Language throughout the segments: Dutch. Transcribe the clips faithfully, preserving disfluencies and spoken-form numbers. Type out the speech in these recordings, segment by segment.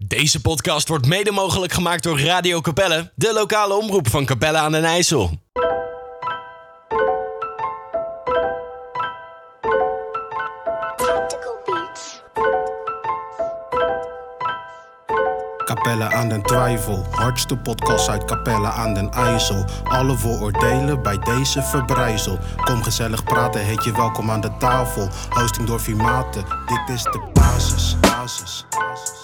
Deze podcast wordt mede mogelijk gemaakt door Radio Capelle, de lokale omroep van Capelle aan den IJssel. Capelle aan den Twijfel, hardste podcast uit Capelle aan den IJssel. Alle vooroordelen bij deze verbrijzel. Kom gezellig praten, heet je welkom aan de tafel. Hosting door Vimaten, dit is de basis, basis, basis.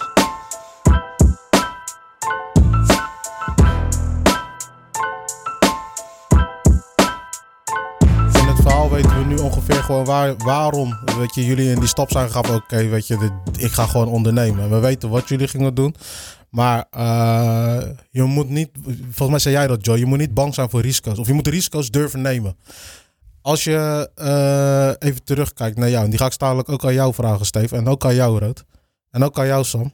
In het verhaal weten we nu ongeveer gewoon waar, waarom weet je, jullie in die stap zijn gegaan. Oké, okay, weet je, dit, ik ga gewoon ondernemen. We weten wat jullie gingen doen. Maar uh, je moet niet, volgens mij zei jij dat, Joy, je moet niet bang zijn voor risico's. Of je moet de risico's durven nemen. Als je uh, even terugkijkt naar jou, en die ga ik dadelijk ook aan jou vragen, Steve. En ook aan jou, Rood. En ook aan jou, Sam.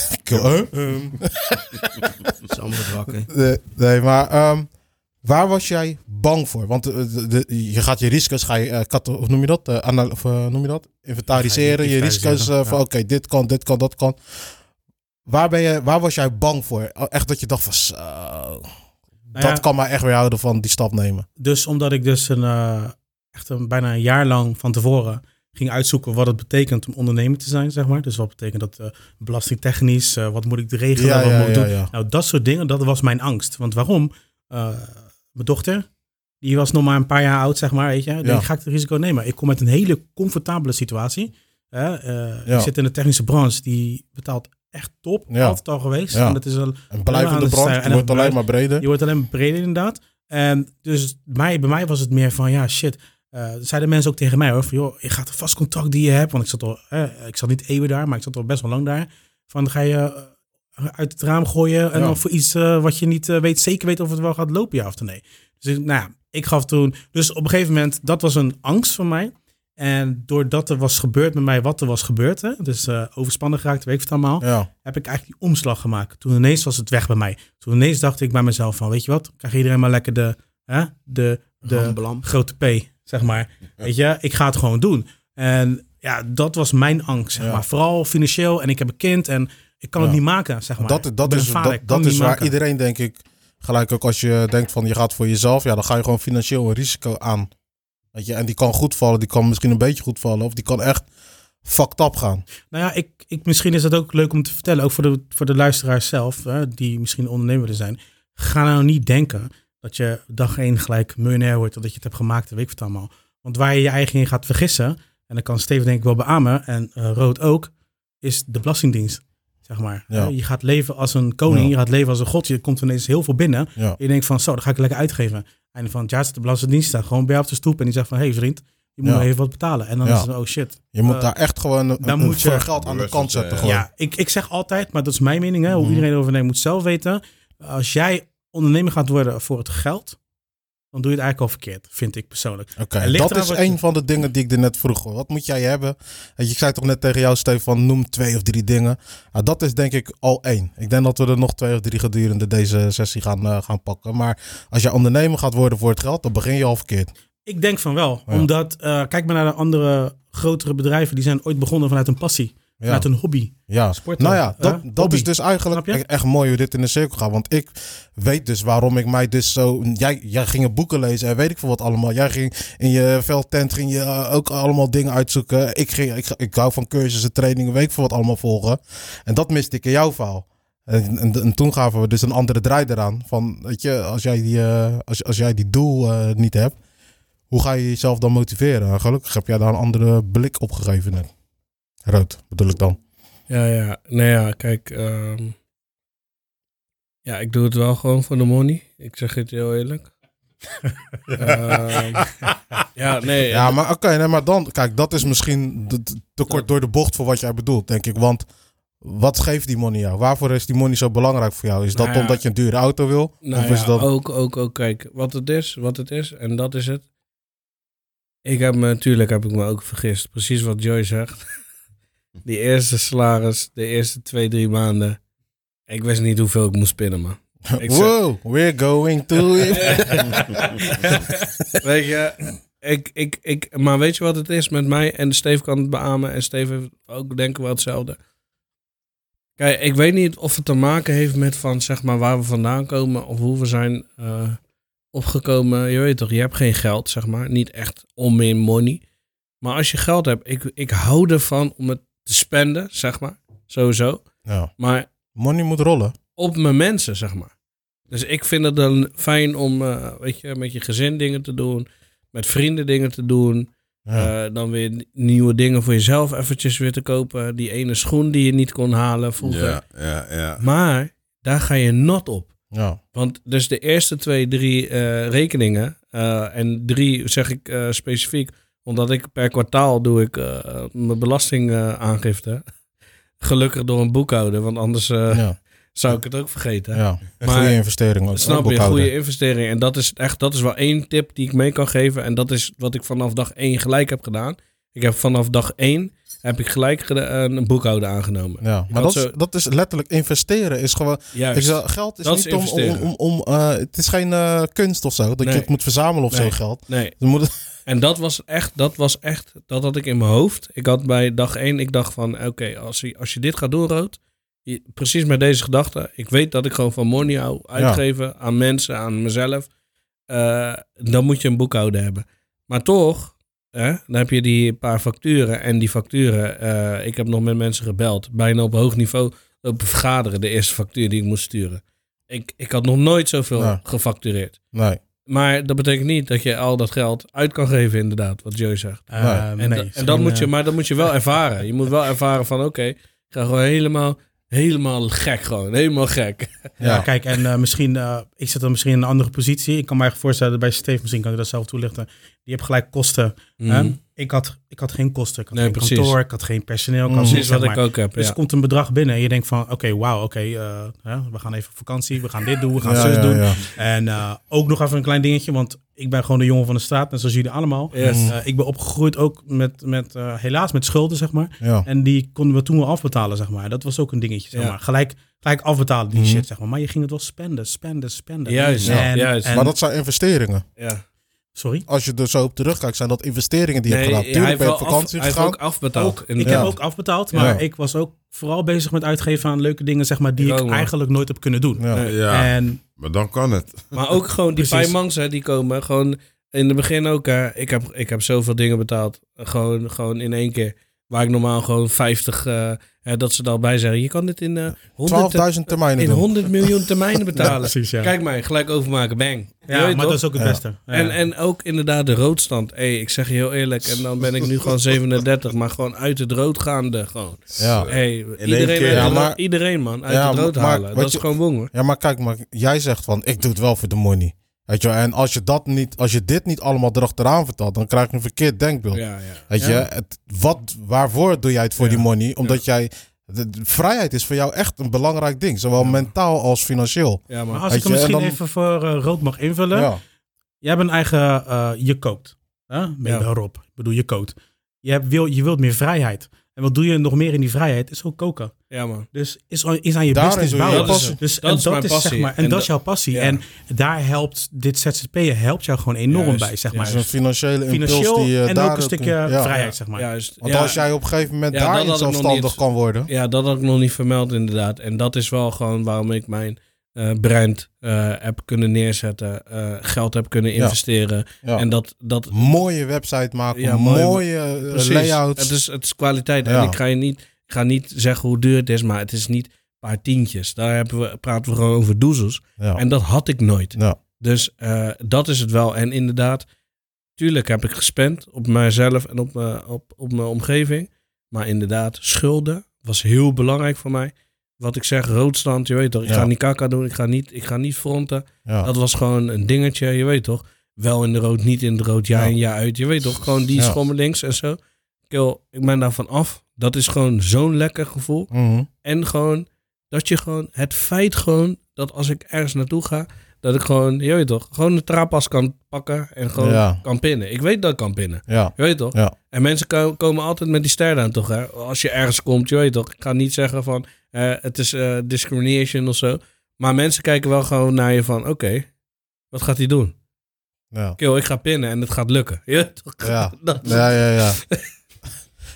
Sam wordt wakker. Nee, nee, maar um, waar was jij bang voor? Want uh, de, de, je gaat je risico's, ga je, uh, kat, of noem je dat? Uh, anal, of, uh, noem je dat? Inventariseren, ja, je, je risico's uh, ja. van oké, okay, dit kan, dit kan, dat kan. Waar, ben je, waar was jij bang voor? Echt dat je dacht van zo, nou dat ja, kan mij echt weer houden van die stap nemen. Dus omdat ik dus een, uh, echt een, bijna een jaar lang van tevoren ging uitzoeken wat het betekent om ondernemer te zijn, zeg maar. Dus wat betekent dat uh, belastingtechnisch, uh, wat moet ik regelen, ja, wat ja, moet ik ja, doen. ja. Nou, dat soort dingen, dat was mijn angst. Want waarom? Uh, mijn dochter, die was nog maar een paar jaar oud, zeg maar, weet je. Dan ja. ga ik het risico nemen. Ik kom uit een hele comfortabele situatie. Uh, uh, ja. Ik zit in de technische branche, die betaalt echt top, ja. altijd al geweest. Ja. En dat is al een blijvende branche, je wordt alleen maar breder. Je wordt alleen maar breder, inderdaad. En dus mij, bij mij was het meer van, ja, shit. Uh, zeiden mensen ook tegen mij, hoor, van, joh, je gaat een vast contract die je hebt. Want ik zat al, eh, ik zat niet eeuwen daar, maar ik zat al best wel lang daar. Van, dan ga je uh, uit het raam gooien en ja. dan voor iets uh, wat je niet uh, weet, zeker weet of het wel gaat lopen, ja of nee. Dus nou ja, ik gaf toen, dus op een gegeven moment, dat was een angst van mij. En doordat er was gebeurd met mij wat er was gebeurd, hè, dus uh, overspannen geraakt, weet ik het allemaal, ja. heb ik eigenlijk die omslag gemaakt. Toen ineens was het weg bij mij. Toen ineens dacht ik bij mezelf van, weet je wat, krijg iedereen maar lekker de, hè, de, de grote P, zeg maar. Weet je, ik ga het gewoon doen. En ja, dat was mijn angst, zeg ja. maar. Vooral financieel en ik heb een kind en ik kan ja. het niet maken, zeg maar. Dat, dat is, vader, dat, dat is waar maken. Iedereen, denk ik, gelijk ook als je denkt van je gaat voor jezelf, ja, dan ga je gewoon financieel een risico aan. Weet je, en die kan goed vallen, die kan misschien een beetje goed vallen, of die kan echt fucked up gaan. Nou ja, ik, ik, misschien is dat ook leuk om te vertellen, ook voor de, voor de luisteraars zelf, hè, die misschien ondernemer willen zijn. Ga nou niet denken dat je dag één gelijk miljonair wordt, of dat je het hebt gemaakt, weet ik het allemaal. Want waar je je eigen in gaat vergissen, en dan kan Steven denk ik wel beamen, en uh, Rood ook, is de Belastingdienst. Zeg maar. Ja. Je gaat leven als een koning, ja. je gaat leven als een god. Je komt ineens heel veel binnen. Ja. Je denkt van, zo, dan ga ik lekker uitgeven. Einde van het jaar zit de Belastingdienst daar gewoon bij jou op de stoep en die zegt van, hé hey, vriend, je moet ja. even wat betalen. En dan ja. is het, oh shit. Je moet uh, daar echt gewoon een, dan een moet je geld aan de kant zetten. Gewoon. Ja, ik, ik zeg altijd, maar dat is mijn mening, hè, hoe mm. iedereen erover neemt, moet zelf weten. Als jij ondernemer gaat worden voor het geld, dan doe je het eigenlijk al verkeerd, vind ik persoonlijk. Oké, okay, dat is een je... van de dingen die ik er net vroeg. Wat moet jij hebben? Ik zei toch net tegen jou, Stefan, noem twee of drie dingen. Nou, dat is denk ik al één. Ik denk dat we er nog twee of drie gedurende deze sessie gaan, uh, gaan pakken. Maar als je ondernemer gaat worden voor het geld, dan begin je al verkeerd. Ik denk van wel. Ja. Omdat, uh, kijk maar naar de andere grotere bedrijven. Die zijn ooit begonnen vanuit een passie. Ja. Vanuit een hobby. Ja, Sport, nou ja, dat, uh, dat is dus eigenlijk echt, echt mooi hoe dit in de cirkel gaat. Want ik weet dus waarom ik mij dus zo... Jij, jij ging boeken lezen en weet ik veel wat allemaal. Jij ging in je veldtent ging je uh, ook allemaal dingen uitzoeken. Ik, ging, ik, ik hou van cursussen, trainingen, weet ik veel wat allemaal volgen. En dat miste ik in jouw verhaal. En, en, en toen gaven we dus een andere draai eraan. Van, weet je, als jij die, uh, als, als jij die doel uh, niet hebt, hoe ga je jezelf dan motiveren? Gelukkig heb jij daar een andere blik op gegeven net. Rood, bedoel ik dan. Ja, ja. Nee, ja, kijk. Um, ja, ik doe het wel gewoon voor de money. Ik zeg het heel eerlijk. um, ja, nee. Ja, maar oké, okay, nee, maar dan, kijk, dat is misschien te kort door de bocht voor wat jij bedoelt, denk ik. Want wat geeft die money jou? Waarvoor is die money zo belangrijk voor jou? Is dat nou ja, omdat je een dure auto wil? Nou of is ja, dat... ook, ook, ook. Kijk, wat het is, wat het is. En dat is het. Ik heb me, natuurlijk heb ik me ook vergist. Precies wat Joy zegt. Die eerste salaris, de eerste twee, drie maanden. Ik wist niet hoeveel ik moest spinnen, man. Ik wow, zeg, we're going to it. Weet je, ik, ik, ik, maar weet je wat het is met mij? En Steve kan het beamen. En Steve heeft ook denken wel hetzelfde. Kijk, ik weet niet of het te maken heeft met van, zeg maar, waar we vandaan komen of hoe we zijn uh, opgekomen. Je weet toch, je hebt geen geld, zeg maar. Niet echt om in money. Maar als je geld hebt, ik, ik hou ervan om het te spenden, zeg maar. Sowieso. Ja. Maar money moet rollen. Op mijn mensen, zeg maar. Dus ik vind het dan fijn om, uh, weet je, met je gezin dingen te doen. Met vrienden dingen te doen. Ja. Uh, dan weer nieuwe dingen voor jezelf eventjes weer te kopen. Die ene schoen die je niet kon halen vroeger. Ja, ja, ja. Maar daar ga je not op. Ja. Want dus de eerste twee, drie uh, rekeningen. Uh, en drie zeg ik uh, specifiek. Omdat ik per kwartaal doe ik uh, mijn belastingaangifte. Uh, Gelukkig door een boekhouder. Want anders uh, ja. zou ik het ook vergeten. Ja, een goede investering. Ook, snap je, een goede investering. En dat is echt, dat is wel één tip die ik mee kan geven. En dat is wat ik vanaf dag één gelijk heb gedaan. Ik heb vanaf dag één heb ik gelijk geda- een boekhouder aangenomen. Ja, maar dat, zo... is, dat is letterlijk investeren. Is gewoon, Juist, ik zeg, geld is dat niet is om... om, om, om uh, het is geen uh, kunst of zo. Dat nee. je het moet verzamelen of nee. zo geld. Nee. Dus moet het... En dat was echt, dat was echt, dat had ik in mijn hoofd. Ik had bij dag één, ik dacht van, oké, okay, als, je, als je dit gaat doen, Rood, je, precies met deze gedachte, ik weet dat ik gewoon van money hou, uitgeven ja. aan mensen, aan mezelf, uh, dan moet je een boekhouder hebben. Maar toch, hè, dan heb je die paar facturen en die facturen, uh, ik heb nog met mensen gebeld, bijna op hoog niveau lopen vergaderen, de eerste factuur die ik moest sturen. Ik, ik had nog nooit zoveel ja. gefactureerd. Nee. Maar dat betekent niet dat je al dat geld uit kan geven, inderdaad, wat Joey zegt. Uh, uh, en nee, da- en dat uh, moet je, maar dat moet je wel ervaren. Je moet wel ervaren van, oké, okay, ik ga gewoon helemaal, helemaal gek gewoon. Helemaal gek. Ja, ja kijk, en uh, misschien, uh, ik zit dan misschien in een andere positie. Ik kan mij voorstellen, bij Steve, misschien kan ik dat zelf toelichten. Die heeft gelijk kosten. Mm. Hè? Ik, had, ik had geen kosten. Ik had nee, geen precies. kantoor, ik had geen personeel. Ik had precies wat ik ook heb, Dus ja. er komt een bedrag binnen en je denkt van, oké, okay, wauw, oké, okay, uh, we gaan even op vakantie. We gaan dit doen, we gaan ja, zus ja, doen. Ja. En uh, ook nog even een klein dingetje, want ik ben gewoon de jongen van de straat, net zoals jullie allemaal. Yes. Uh, ik ben opgegroeid ook met, met uh, helaas met schulden, zeg maar. Ja. En die konden we toen wel afbetalen, zeg maar. Dat was ook een dingetje, zeg ja. maar. Gelijk, gelijk afbetalen die mm. shit, zeg maar. Maar je ging het wel spenden, spenden, spenden. Juist, en, ja, juist. En, maar dat zijn investeringen. Ja. Sorry? Als je er zo op terugkijkt, zijn dat investeringen die je nee, hebt gedaan. Tuurlijk ben je op vakantie af, gegaan. Hij heeft ook afbetaald. Ook, ik ja. heb ook afbetaald, maar ja. ik was ook vooral bezig met uitgeven aan leuke dingen, zeg maar, die ik, ik eigenlijk nooit heb kunnen doen. Ja. Ja. En, maar dan kan het. Maar ook gewoon die Paimans, hè, die komen gewoon in het begin ook. Hè, ik, heb, ik heb zoveel dingen betaald. Gewoon, gewoon in één keer. Waar ik normaal gewoon vijftig, uh, hè, dat ze er al bij zeggen. Je kan dit in uh, twaalfduizend termijnen in doen. honderd miljoen termijnen betalen. Ja, precies, ja. Kijk mij, gelijk overmaken, bang. Ja, maar toch? Dat is ook het ja. beste. Ja. En, en ook inderdaad de roodstand. Hey, ik zeg je heel eerlijk, en dan ben ik nu gewoon zevenendertig, maar gewoon uit het rood gaande gewoon. Ja. Hey, iedereen, keer, ja, maar, iedereen man, uit ja, het rood maar, halen. Dat je, is gewoon bongen. Ja, maar kijk, maar jij zegt van, ik doe het wel voor de money. Weet je, en als je dat niet, als je dit niet allemaal erachteraan vertelt, dan krijg je een verkeerd denkbeeld. Ja, ja. Weet je, ja. het, wat, waarvoor doe jij het voor ja. die money? Omdat ja. jij, de, de vrijheid is voor jou echt een belangrijk ding, zowel ja. mentaal als financieel. Ja, maar als Weet ik hem misschien dan, even voor uh, Rood mag invullen. Ja. Je hebt een eigen, uh, je kookt. Huh? Met ja. Rob, ik bedoel, je kookt. Je, hebt, wil, je wilt meer vrijheid. En wat doe je nog meer in die vrijheid? Is ook koken. Ja, man. Dus is, is aan je daar business is bouwen. Dat is, dus, dat en is dat mijn is, passie. zeg maar, en, en dat is jouw passie. Ja. En daar helpt dit Z Z P'en helpt jou gewoon enorm juist, bij, zeg maar. Dat is een financiële impuls Financieel die uh, en daar ook een stukje ja. vrijheid, zeg maar. Juist. Want ja. als jij op een gegeven moment ja, daarin zelfstandig kan worden. Ja, dat had ik nog niet vermeld inderdaad. En dat is wel gewoon waarom ik mijn uh, brand uh, heb kunnen neerzetten. Uh, geld heb kunnen investeren. Ja. Ja. En dat, dat, mooie website maken. Ja, mooie, mooie uh, layouts. Het is, het is kwaliteit. Ja. En ik ga je niet, ik ga niet zeggen hoe duur het is. Maar het is niet een paar tientjes. Daar hebben we, praten we gewoon over doezels. Ja. En dat had ik nooit. Ja. Dus uh, dat is het wel. En inderdaad, tuurlijk heb ik gespend op mijzelf en op, uh, op, op mijn omgeving. Maar inderdaad, schulden was heel belangrijk voor mij. Wat ik zeg, roodstand, je weet toch. Ik ja. ga niet kaka doen, ik ga niet, ik ga niet fronten. Ja. Dat was gewoon een dingetje, je weet toch. Wel in de rood, niet in de rood, jaar ja. in, jaar uit. Je weet toch, gewoon die ja. schommelings en zo. Kill, ik ben daarvan af. Dat is gewoon zo'n lekker gevoel. Mm-hmm. En gewoon, dat je gewoon, het feit gewoon, dat als ik ergens naartoe ga, dat ik gewoon, je weet toch, gewoon de trappas kan pakken en gewoon ja. kan pinnen. Ik weet dat ik kan pinnen. Ja. Je weet toch? Ja. En mensen ko- komen altijd met die ster aan, toch? Hè? Als je ergens komt, je weet toch. Ik ga niet zeggen van, uh, het is uh, discrimination of zo. Maar mensen kijken wel gewoon naar je van, oké, okay, wat gaat hij doen? Ja. Kill, ik ga pinnen en het gaat lukken. Je weet toch? Ja, dat ja, ja. ja.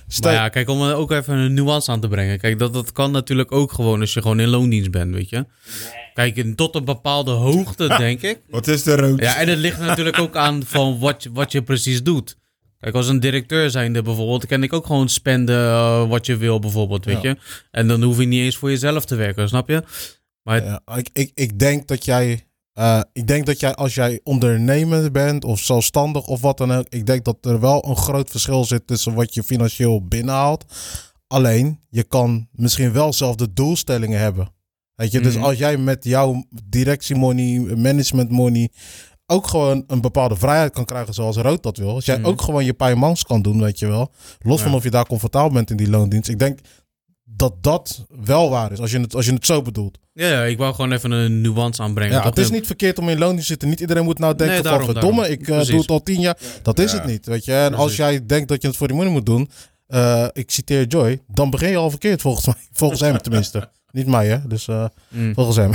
Maar ja, kijk, om er ook even een nuance aan te brengen. Kijk, dat, dat kan natuurlijk ook gewoon als je gewoon in loondienst bent, weet je. Kijk, tot een bepaalde hoogte, denk ik. Wat is de rood? Ja, en het ligt natuurlijk ook aan van wat, je- wat je precies doet. Kijk, als een directeur zijnde bijvoorbeeld, kan ik ook gewoon spenden uh, wat je wil bijvoorbeeld, weet Ja. je. En dan hoef je niet eens voor jezelf te werken, snap je? Maar Ja, ik, ik, ik denk dat jij... Uh, ik denk dat jij, als jij ondernemer bent of zelfstandig of wat dan ook, ik denk dat er wel een groot verschil zit tussen wat je financieel binnenhaalt. Alleen, je kan misschien wel zelf de doelstellingen hebben. Weet je, dus Mhm. als jij met jouw directiemoney, management money ook gewoon een bepaalde vrijheid kan krijgen zoals Rood dat wil. Als jij Mhm. ook gewoon je paiemans kan doen, weet je wel. Los van Ja. of je daar comfortabel bent in die loondienst. Ik denk dat dat wel waar is, als je het, als je het zo bedoelt. ja, ja, ik wou gewoon even een nuance aanbrengen. Ja, Dat het is er- niet verkeerd om in loondienst te zitten. Niet iedereen moet nou denken Nee, van daarom, verdomme, daarom. ik uh, Precies. doe het al tien jaar. Dat is Ja. het niet, weet je. En als Precies. jij denkt dat je het voor die money moet doen, uh, ik citeer Joy, dan begin je al verkeerd volgens mij. Volgens hem tenminste. Niet mij, hè. Dus uh, Mm. volgens hem.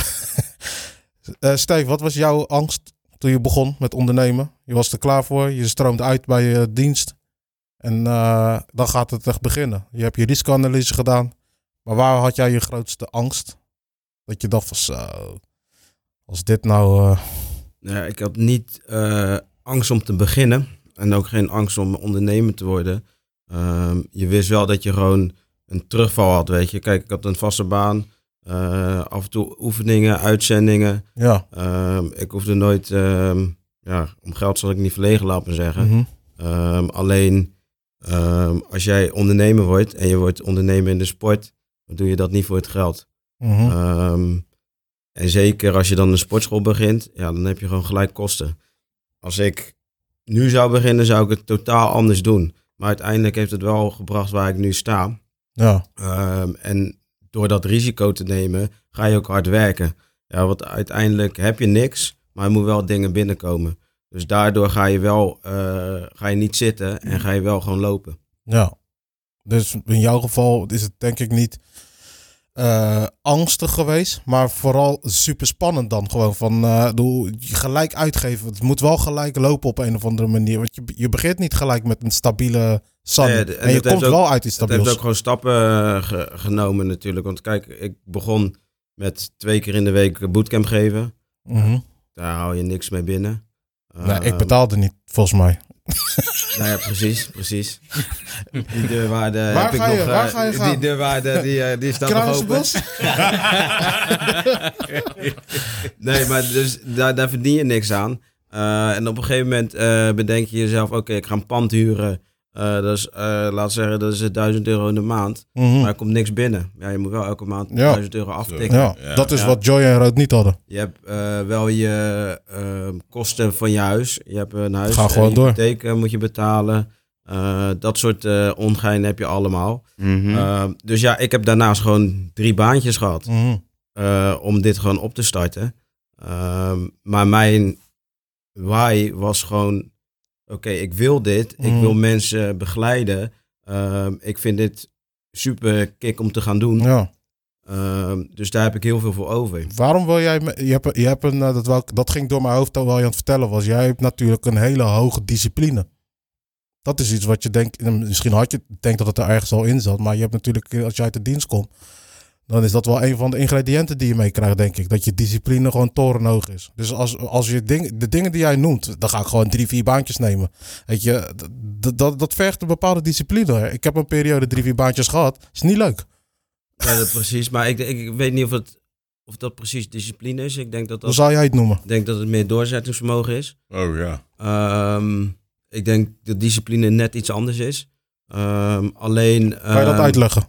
uh, Steve, wat was jouw angst toen je begon met ondernemen? Je was er klaar voor, je stroomt uit bij je dienst. En uh, dan gaat het echt beginnen. Je hebt je risicoanalyse gedaan. Maar waar had jij je grootste angst? Dat je dacht van zo, als dit nou... Uh... Ja, ik had niet uh, angst om te beginnen. En ook geen angst om ondernemer te worden. Um, je wist wel dat je gewoon een terugval had, weet je. Kijk, ik had een vaste baan. Uh, af en toe oefeningen, uitzendingen. Ja. Um, ik hoefde nooit... Um, ja, om geld zal ik niet verlegen, laat maar zeggen. Mm-hmm. Um, alleen, um, als jij ondernemer wordt en je wordt ondernemer in de sport, dan doe je dat niet voor het geld. Mm-hmm. Um, en zeker als je dan een sportschool begint, ja, dan heb je gewoon gelijk kosten. Als ik nu zou beginnen, zou ik het totaal anders doen. Maar uiteindelijk heeft het wel gebracht waar ik nu sta. Ja. Um, en door dat risico te nemen, ga je ook hard werken. Ja, want uiteindelijk heb je niks, maar er moeten wel dingen binnenkomen. Dus daardoor ga je wel uh, ga je niet zitten en ga je wel gewoon lopen. Ja. Dus in jouw geval is het denk ik niet uh, angstig geweest, maar vooral super spannend dan gewoon van uh, doe, gelijk uitgeven. Het moet wel gelijk lopen op een of andere manier, want je, je begint niet gelijk met een stabiele Sunny. Nee, en, en je komt ook, wel uit die Het stabiels. heeft ook gewoon stappen uh, ge, genomen natuurlijk. Want kijk, ik begon met twee keer in de week bootcamp geven. Mm-hmm. Daar hou je niks mee binnen. Nee, uh, ik betaalde niet, volgens mij. Nou ja, precies, precies. Die deurwaarde waar heb ga ik je, nog... Waar ga je die gaan? deurwaarde, die, uh, die staat nog open. Nee, maar dus daar, daar verdien je niks aan. Uh, en op een gegeven moment uh, bedenk je jezelf, oké, okay, ik ga een pand huren. Uh, dat is, uh, laat zeggen, dat is duizend euro in de maand. Mm-hmm. Maar er komt niks binnen. Ja, je moet wel elke maand ja. duizend euro aftikken. Ja, ja. Dat is ja. wat Joy en Rood niet hadden. Je hebt uh, wel je uh, kosten van je huis. Je hebt een huis. Ga gewoon door. Hypotheek uh, moet je betalen. Uh, dat soort uh, ongein heb je allemaal. Mm-hmm. Uh, dus ja, ik heb daarnaast gewoon drie baantjes gehad. Mm-hmm. Uh, om dit gewoon op te starten. Uh, maar mijn why was gewoon... Oké, okay, ik wil dit. Mm. Ik wil mensen begeleiden. Uh, ik vind dit super kick om te gaan doen. Ja. Uh, dus daar heb ik heel veel voor over. Waarom wil jij... Je hebt, je hebt een, dat, wel, dat ging door mijn hoofd terwijl je aan het vertellen was. Jij hebt natuurlijk een hele hoge discipline. Dat is iets wat je denkt... Misschien had je denkt dat het er ergens al in zat. Maar je hebt natuurlijk, als je uit de dienst komt... Dan is dat wel een van de ingrediënten die je meekrijgt, denk ik. Dat je discipline gewoon torenhoog is. Dus als, als je ding, de dingen die jij noemt, dan ga ik gewoon drie, vier baantjes nemen. Weet je, dat, dat, dat vergt een bepaalde discipline. Ik heb een periode drie, vier baantjes gehad. Is niet leuk. Ja, dat precies. Maar ik, ik weet niet of, het, of dat precies discipline is. Ik denk dat dat... Hoe zou jij het noemen? Ik denk dat het meer doorzettingsvermogen is. Oh ja. Um, ik denk dat discipline net iets anders is. Um, alleen... Um, kan je dat uitleggen?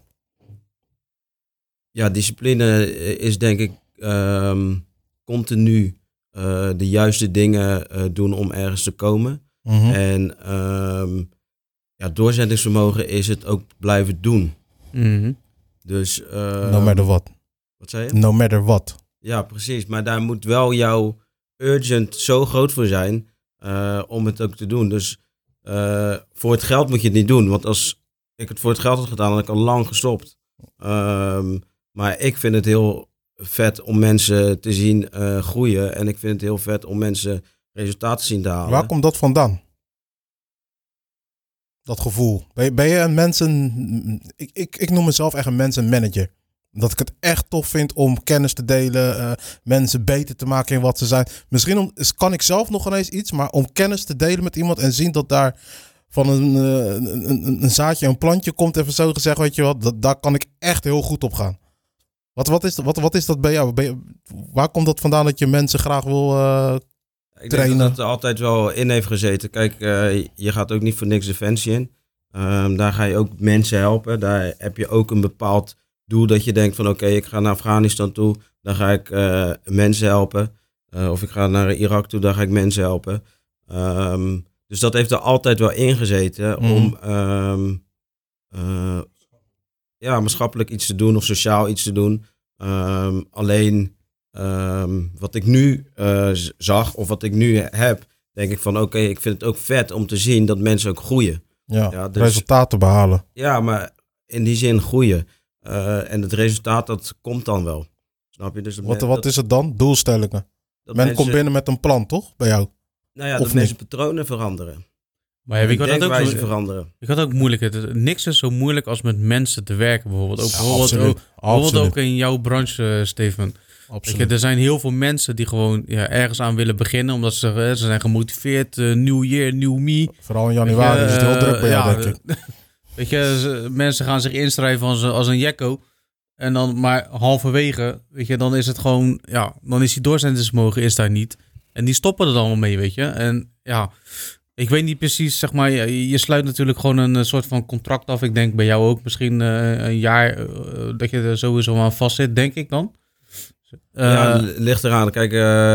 Ja, discipline is denk ik um, continu uh, de juiste dingen uh, doen om ergens te komen. Mm-hmm. En um, ja, doorzettingsvermogen is het ook blijven doen. Mm-hmm. Dus... Uh, no matter what. Wat zei je? No matter what. Ja, precies. Maar daar moet wel jouw urgent zo groot voor zijn uh, om het ook te doen. Dus uh, voor het geld moet je het niet doen. Want als ik het voor het geld had gedaan, had ik al lang gestopt. Um, Maar ik vind het heel vet om mensen te zien uh, groeien. En ik vind het heel vet om mensen resultaten te zien te halen. Waar komt dat vandaan? Dat gevoel. Ben je, ben je een mensen... Ik, ik, ik noem mezelf echt een mensenmanager. Dat ik het echt tof vind om kennis te delen. Uh, mensen beter te maken in wat ze zijn. Misschien om, kan ik zelf nog ineens iets. Maar om kennis te delen met iemand en zien dat daar van een, uh, een, een, een zaadje, een plantje komt. Even zo gezegd, weet je wat. Dat, daar kan ik echt heel goed op gaan. Wat, wat, is, wat, wat is dat bij jou? Ben je, waar komt dat vandaan dat je mensen graag wil uh, Ik trainen? denk dat het er altijd wel in heeft gezeten. Kijk, uh, je gaat ook niet voor niks Defensie in. Um, daar ga je ook mensen helpen. Daar heb je ook een bepaald doel dat je denkt van oké, okay, ik ga naar Afghanistan toe. Dan ga ik uh, mensen helpen. Uh, of ik ga naar Irak toe, dan ga ik mensen helpen. Um, dus dat heeft er altijd wel in gezeten mm. om um, uh, ja, maatschappelijk iets te doen of sociaal iets te doen. Um, alleen um, wat ik nu uh, zag of wat ik nu heb, denk ik van oké, okay, ik vind het ook vet om te zien dat mensen ook groeien. Ja, ja dus, resultaten behalen. Ja, maar in die zin groeien. Uh, en het resultaat, dat komt dan wel. Snap je? Dus wat men, wat dat, is het dan? Doelstellingen. Men mensen, komt binnen met een plan, toch? Bij jou? Nou ja, of dat mensen patronen veranderen. Maar ja, ik had ook wijze veranderen. Ik had ook moeilijk. Het, niks is zo moeilijk als met mensen te werken, bijvoorbeeld. Ook, ja, bijvoorbeeld, ook, bijvoorbeeld ook in jouw branche, Steven. Absoluut. Er zijn heel veel mensen die gewoon ja, ergens aan willen beginnen, omdat ze, ze zijn gemotiveerd. Uh, nieuw year, nieuw me. Vooral in januari uh, is het heel druk bij jou, ja, denk ik. Weet je, ze, mensen gaan zich inschrijven als, als een jekko. En dan maar halverwege, weet je, dan is het gewoon, ja, dan is die doorzettingsvermogen is daar niet. En die stoppen er dan wel mee, weet je. En ja, ik weet niet precies, zeg maar, je, je sluit natuurlijk gewoon een soort van contract af. Ik denk bij jou ook misschien uh, een jaar uh, dat je er sowieso aan vast zit, denk ik dan. Uh, ja, ligt eraan. Kijk,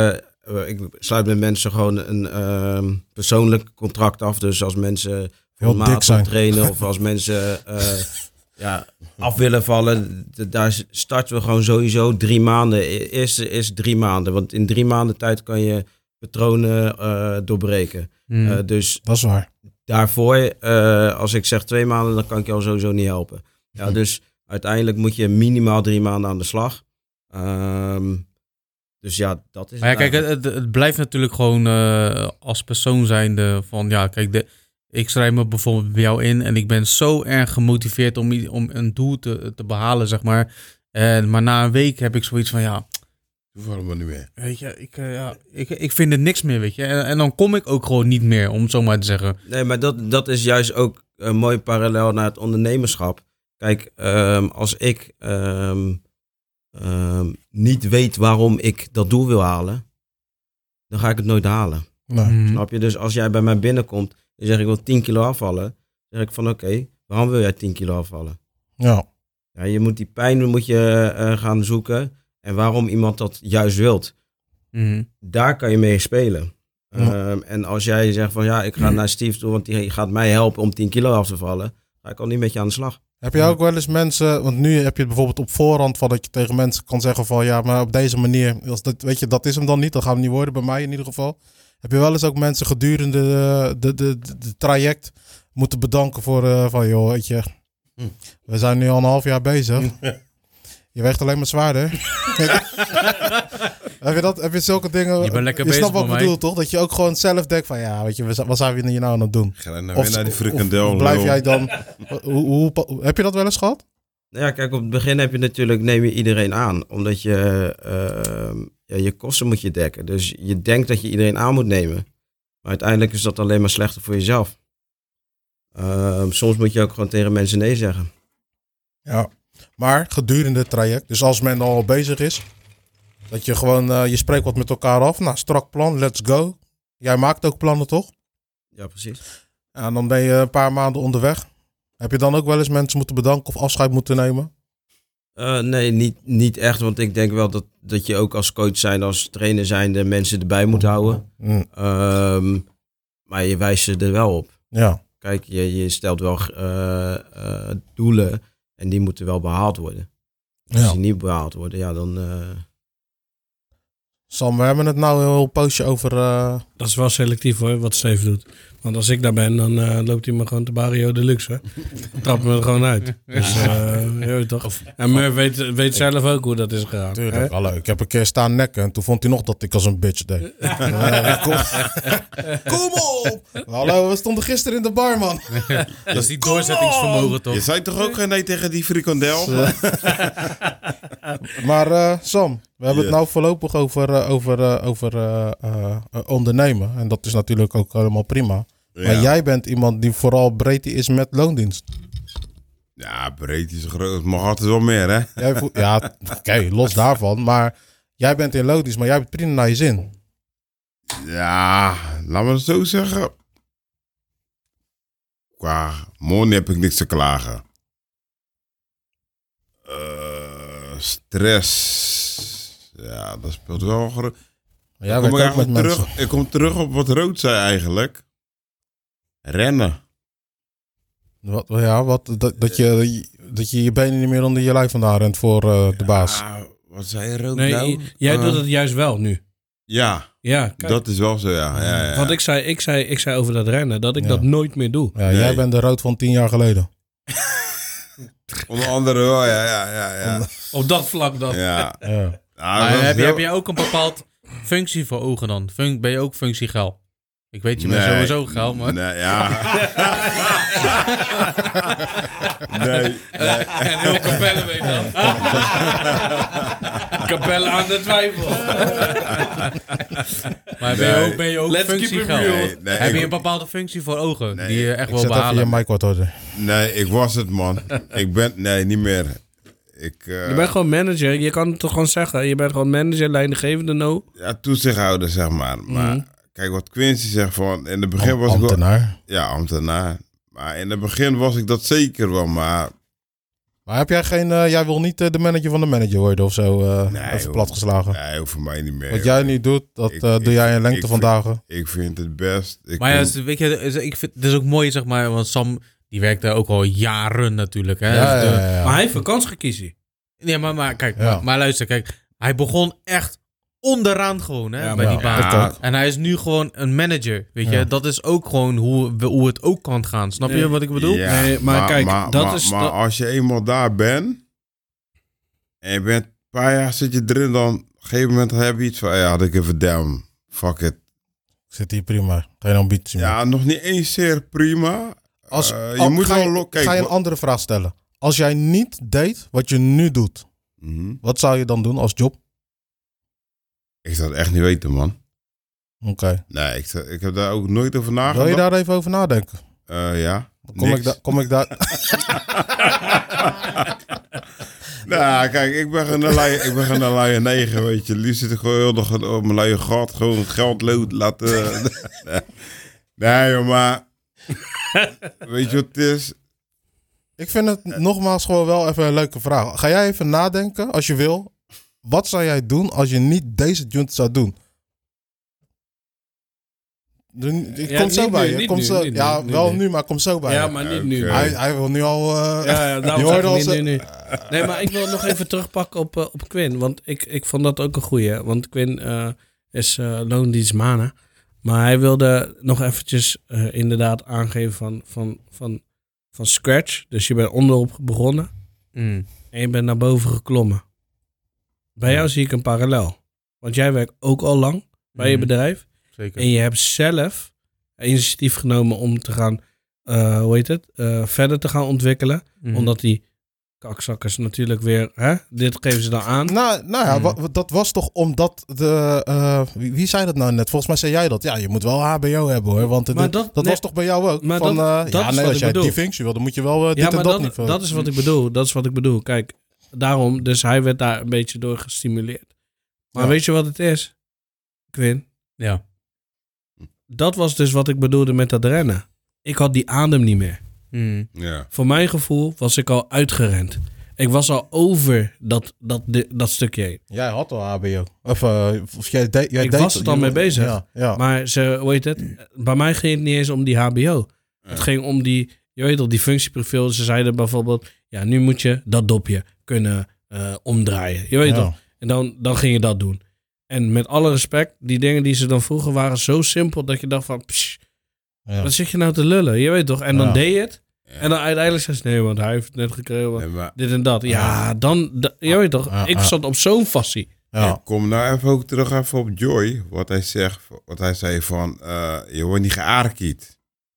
uh, ik sluit met mensen gewoon een uh, persoonlijk contract af. Dus als mensen heel dik zijn trainen of als mensen uh, ja, af willen vallen, daar starten we gewoon sowieso drie maanden. Eerste is drie maanden, want in drie maanden tijd kan je patronen uh, doorbreken. Mm, uh, dus dat is waar. Daarvoor, uh, als ik zeg twee maanden, dan kan ik jou sowieso niet helpen. Ja, mm. Dus uiteindelijk moet je minimaal drie maanden aan de slag. Um, dus ja, dat is maar ja, kijk, het, het blijft natuurlijk gewoon uh, als persoon zijnde van, ja, kijk, de, ik schrijf me bijvoorbeeld bij jou in en ik ben zo erg gemotiveerd om, om een doel te, te behalen, zeg maar. En, maar na een week heb ik zoiets van, ja, toevallig maar niet meer. Weet je, ik, uh, ja, ik, ik vind het niks meer, weet je. En, en dan kom ik ook gewoon niet meer, om het zo maar te zeggen. Nee, maar dat, dat is juist ook een mooi parallel naar het ondernemerschap. Kijk, um, als ik um, um, niet weet waarom ik dat doel wil halen, dan ga ik het nooit halen. Nee. Mm. Snap je? Dus als jij bij mij binnenkomt en zeg ik wil tien kilo afvallen, dan zeg ik van oké, okay, waarom wil jij tien kilo afvallen? Ja. Ja, je moet die pijn moet je uh, gaan zoeken en waarom iemand dat juist wilt. Mm. Daar kan je mee spelen. Ja. Um, en als jij zegt van ja, ik ga naar Steve toe, want die gaat mij helpen om tien kilo af te vallen, ga ik al niet met je aan de slag. Heb je ook wel eens mensen, want nu heb je het bijvoorbeeld op voorhand van dat je tegen mensen kan zeggen van ja, maar op deze manier, als dat, weet je, dat is hem dan niet, dat gaat hem niet worden bij mij in ieder geval. Heb je wel eens ook mensen gedurende de, de, de, de, de traject moeten bedanken voor uh, van joh, weet je, we zijn nu al een half jaar bezig. Je weegt alleen maar zwaarder. heb, je dat, heb je zulke dingen? Je bent lekker je bezig snapt wat ik mij. bedoel, toch? Dat je ook gewoon zelf denkt van ja, weet je, wat zijn we hier nou aan het doen? Ga nou weer naar die frikandel. Of blijf jij dan? hoe, hoe, hoe, heb je dat wel eens gehad? Nou ja, kijk, op het begin heb je natuurlijk, neem je iedereen aan. Omdat je, uh, ja, je kosten moet je dekken. Dus je denkt dat je iedereen aan moet nemen. Maar uiteindelijk is dat alleen maar slechter voor jezelf. Uh, soms moet je ook gewoon tegen mensen nee zeggen. Ja, maar gedurende het traject, dus als men al bezig is, dat je gewoon, uh, je spreekt wat met elkaar af. Nou, strak plan, let's go. Jij maakt ook plannen, toch? Ja, precies. En dan ben je een paar maanden onderweg. Heb je dan ook wel eens mensen moeten bedanken of afscheid moeten nemen? Uh, nee, niet, niet echt. Want ik denk wel dat, dat je ook als coach zijn, als trainer zijn, de mensen erbij moet houden. Mm. Um, maar je wijst ze er wel op. Ja. Kijk, je, je stelt wel uh, uh, doelen en die moeten wel behaald worden. Als Ja. die niet behaald worden, ja, dan... Uh... Sam, we hebben het nou een heel poosje over... Uh... Dat is wel selectief hoor, wat Steve doet. Want als ik daar ben, dan uh, loopt hij me gewoon te Barrio Deluxe. Hè? Dan trapt me er gewoon uit. Dus, uh, je weet toch. En Murph weet, weet zelf ook hoe dat is gegaan. Tuurlijk, hallo. Ik heb een keer staan nekken en toen vond hij nog dat ik als een bitch deed. uh, kom. kom op! Hallo, we stonden gisteren in de bar, man. Dat is die doorzettingsvermogen toch? Je zei toch ook geen nee tegen die frikandel? Maar uh, Sam, we hebben yeah. het nou voorlopig over, uh, over, uh, over uh, uh, uh, ondernemen. En dat is natuurlijk ook helemaal prima. Ja. Maar jij bent iemand die vooral breed is met loondienst. Ja, breed is groot. Mijn hart is wel meer, hè? Jij voelt, ja, oké, okay, los daarvan. Maar jij bent in loondienst, maar jij hebt prima naar je zin. Ja, laten we het zo zeggen. Qua money heb ik niks te klagen. Uh, stress. Ja, dat speelt wel groot. Ja, ik, kom ik, met terug, ik kom terug op wat Rood zei eigenlijk. Rennen. Wat, ja, wat, dat, dat, je, dat je je benen niet meer onder je lijf vandaan rent voor uh, de baas. Ja, wat zei Rood nee, nou? Jij uh, doet het juist wel nu. Ja, ja kijk. Dat is wel zo, ja. ja, ja. Want ik zei, ik, zei, ik zei over dat rennen, dat ik ja. dat nooit meer doe. Ja, nee. Jij bent de Rood van tien jaar geleden. Onder andere wel, ja, ja, ja. ja. Op dat vlak dan. Ja. ja. ja maar heb, je, heb je ook een bepaald functie voor ogen dan? Fun- ben je ook functiegeil? Ik weet je nee, bent sowieso geil, maar... Nee, ja. nee, nee. En heel Capelle weet dat. Capelle aan de twijfel. Maar ben je ook, ben je ook functiegeil? Nee, nee, heb je ik... een bepaalde functie voor ogen nee, die je echt ik wil behalen? Even je mic wat houden. Nee, ik was het, man. ik ben... Nee, niet meer. Ik, uh... Je bent gewoon manager. Je kan het toch gewoon zeggen. Je bent gewoon manager, leidinggevende, no? Ja, toezichthouder, zeg maar. Maar mm. kijk, wat Quincy zegt van... In het begin was ambtenaar. ik wel... Ja, ambtenaar. Maar in het begin was ik dat zeker wel, maar... Maar heb jij geen... Uh, jij wil niet uh, de manager van de manager worden of zo? Uh, nee, even platgeslagen. Nee, hoeft voor mij niet meer. Wat jij niet doet, dat ik, uh, doe ik, jij in lengte van dagen. Ik vind het best. Ik maar ja, vind... weet je, ik vind, het is ook mooi, zeg maar... Want Sam, die werkte ook al jaren natuurlijk. Hè? Ja, dus de, ja, ja, ja. Maar hij heeft vakantiekiezen. Ja, maar, maar kijk, ja. maar, maar luister, kijk. Hij begon echt onderaan gewoon, hè, ja, bij die baan. Ja. En hij is nu gewoon een manager, weet je. Ja. Dat is ook gewoon hoe, hoe het ook kan gaan. Snap nee. je wat ik bedoel? Ja, nee, maar, maar kijk, maar, dat maar, is... Maar dat... als je eenmaal daar bent... En je bent een paar jaar zit je erin, dan op een gegeven moment heb je iets van... Ja, had ik even damn, fuck it. Zit hier prima, geen ambitie meer. Ja, nog niet eens zeer prima. Als, uh, je al, moet ga, wel je, lo- kijk, ga je een andere vraag stellen. Als jij niet deed wat je nu doet, mm-hmm. wat zou je dan doen als job? Ik zou het echt niet weten, man. Oké. Okay. Nee, ik, ik heb daar ook nooit over nagedacht. Wil je daar even over nadenken? Uh, ja. Kom ik, da- kom ik daar... Nou, kijk, ik ben geen lui, ik ben geen lui negen, weet je. Liefst zit ik gewoon heel nog op mijn luie gat, gewoon geld lood laten. Nee, joh, maar... Weet je wat het is? Ik vind het nogmaals gewoon wel even een leuke vraag. Ga jij even nadenken, als je wil. Wat zou jij doen als je niet deze junt zou doen? Ik ja, kom zo bij je. Kom nu, zo, niet ja, nu, wel nu, nu, maar kom zo bij ja, je. Ja, maar niet okay. nu. Hij, hij wil nu al... Uh, ja, ja, daarom zeg ik niet nu, nu. Nee, maar ik wil nog even terugpakken op, uh, op Quinn. Want ik, ik vond dat ook een goeie. Want Quinn uh, is uh, loondienstmanen. Maar hij wilde nog eventjes uh, inderdaad aangeven van, van, van, van scratch. Dus je bent onderop begonnen. Mm. En je bent naar boven geklommen. Bij jou zie ik een parallel. Want jij werkt ook al lang bij mm. je bedrijf. Zeker. En je hebt zelf initiatief genomen om te gaan, uh, hoe heet het, uh, verder te gaan ontwikkelen. Mm. Omdat die kakzakkers natuurlijk weer, hè, dit geven ze dan aan. Nou, nou ja, mm. wa- dat was toch omdat de, uh, wie, wie zei dat nou net? Volgens mij zei jij dat. Ja, je moet wel H B O hebben hoor, want de, dat, dat nee, was toch bij jou ook? Maar van, dat, uh, dat ja, is nee, wat als jij bedoel. die functie wil, dan moet je wel uh, dit ja, en maar dat dat, niveau. dat is wat ik bedoel. Dat is wat ik bedoel. Kijk, daarom, dus hij werd daar een beetje door gestimuleerd. Maar ja. Weet je wat het is, Quinn? Ja. Dat was dus wat ik bedoelde met dat rennen. Ik had die adem niet meer. Mm. Ja. Voor mijn gevoel was ik al uitgerend. Ik was al over dat, dat, dat stukje heen. Jij had al H B O. Of, uh, of jij de, jij ik deed, was er al mee bezig. Ja, ja. Maar ze, hoe heet het? Bij mij ging het niet eens om die H B O. Ja. Het ging om die, je weet al, die functieprofiel. Ze zeiden bijvoorbeeld, ja, nu moet je dat dopje kunnen uh, omdraaien. Je weet ja. toch? En dan, dan ging je dat doen. En met alle respect, die dingen die ze dan vroeger waren zo simpel dat je dacht van, psh, Ja. wat zit je nou te lullen? Je weet toch? En dan Ja. deed je het. Ja. En dan uiteindelijk zei ze, nee, want hij heeft het net gekregen. Nee, maar, Dit en dat. Ja, dan, da, je weet toch? Ja, ik ja. zat op zo'n fascie. Ja. ik kom nou even ook terug even op Joy. Wat hij zegt, wat hij zei van, uh, je wordt niet geaarkiet.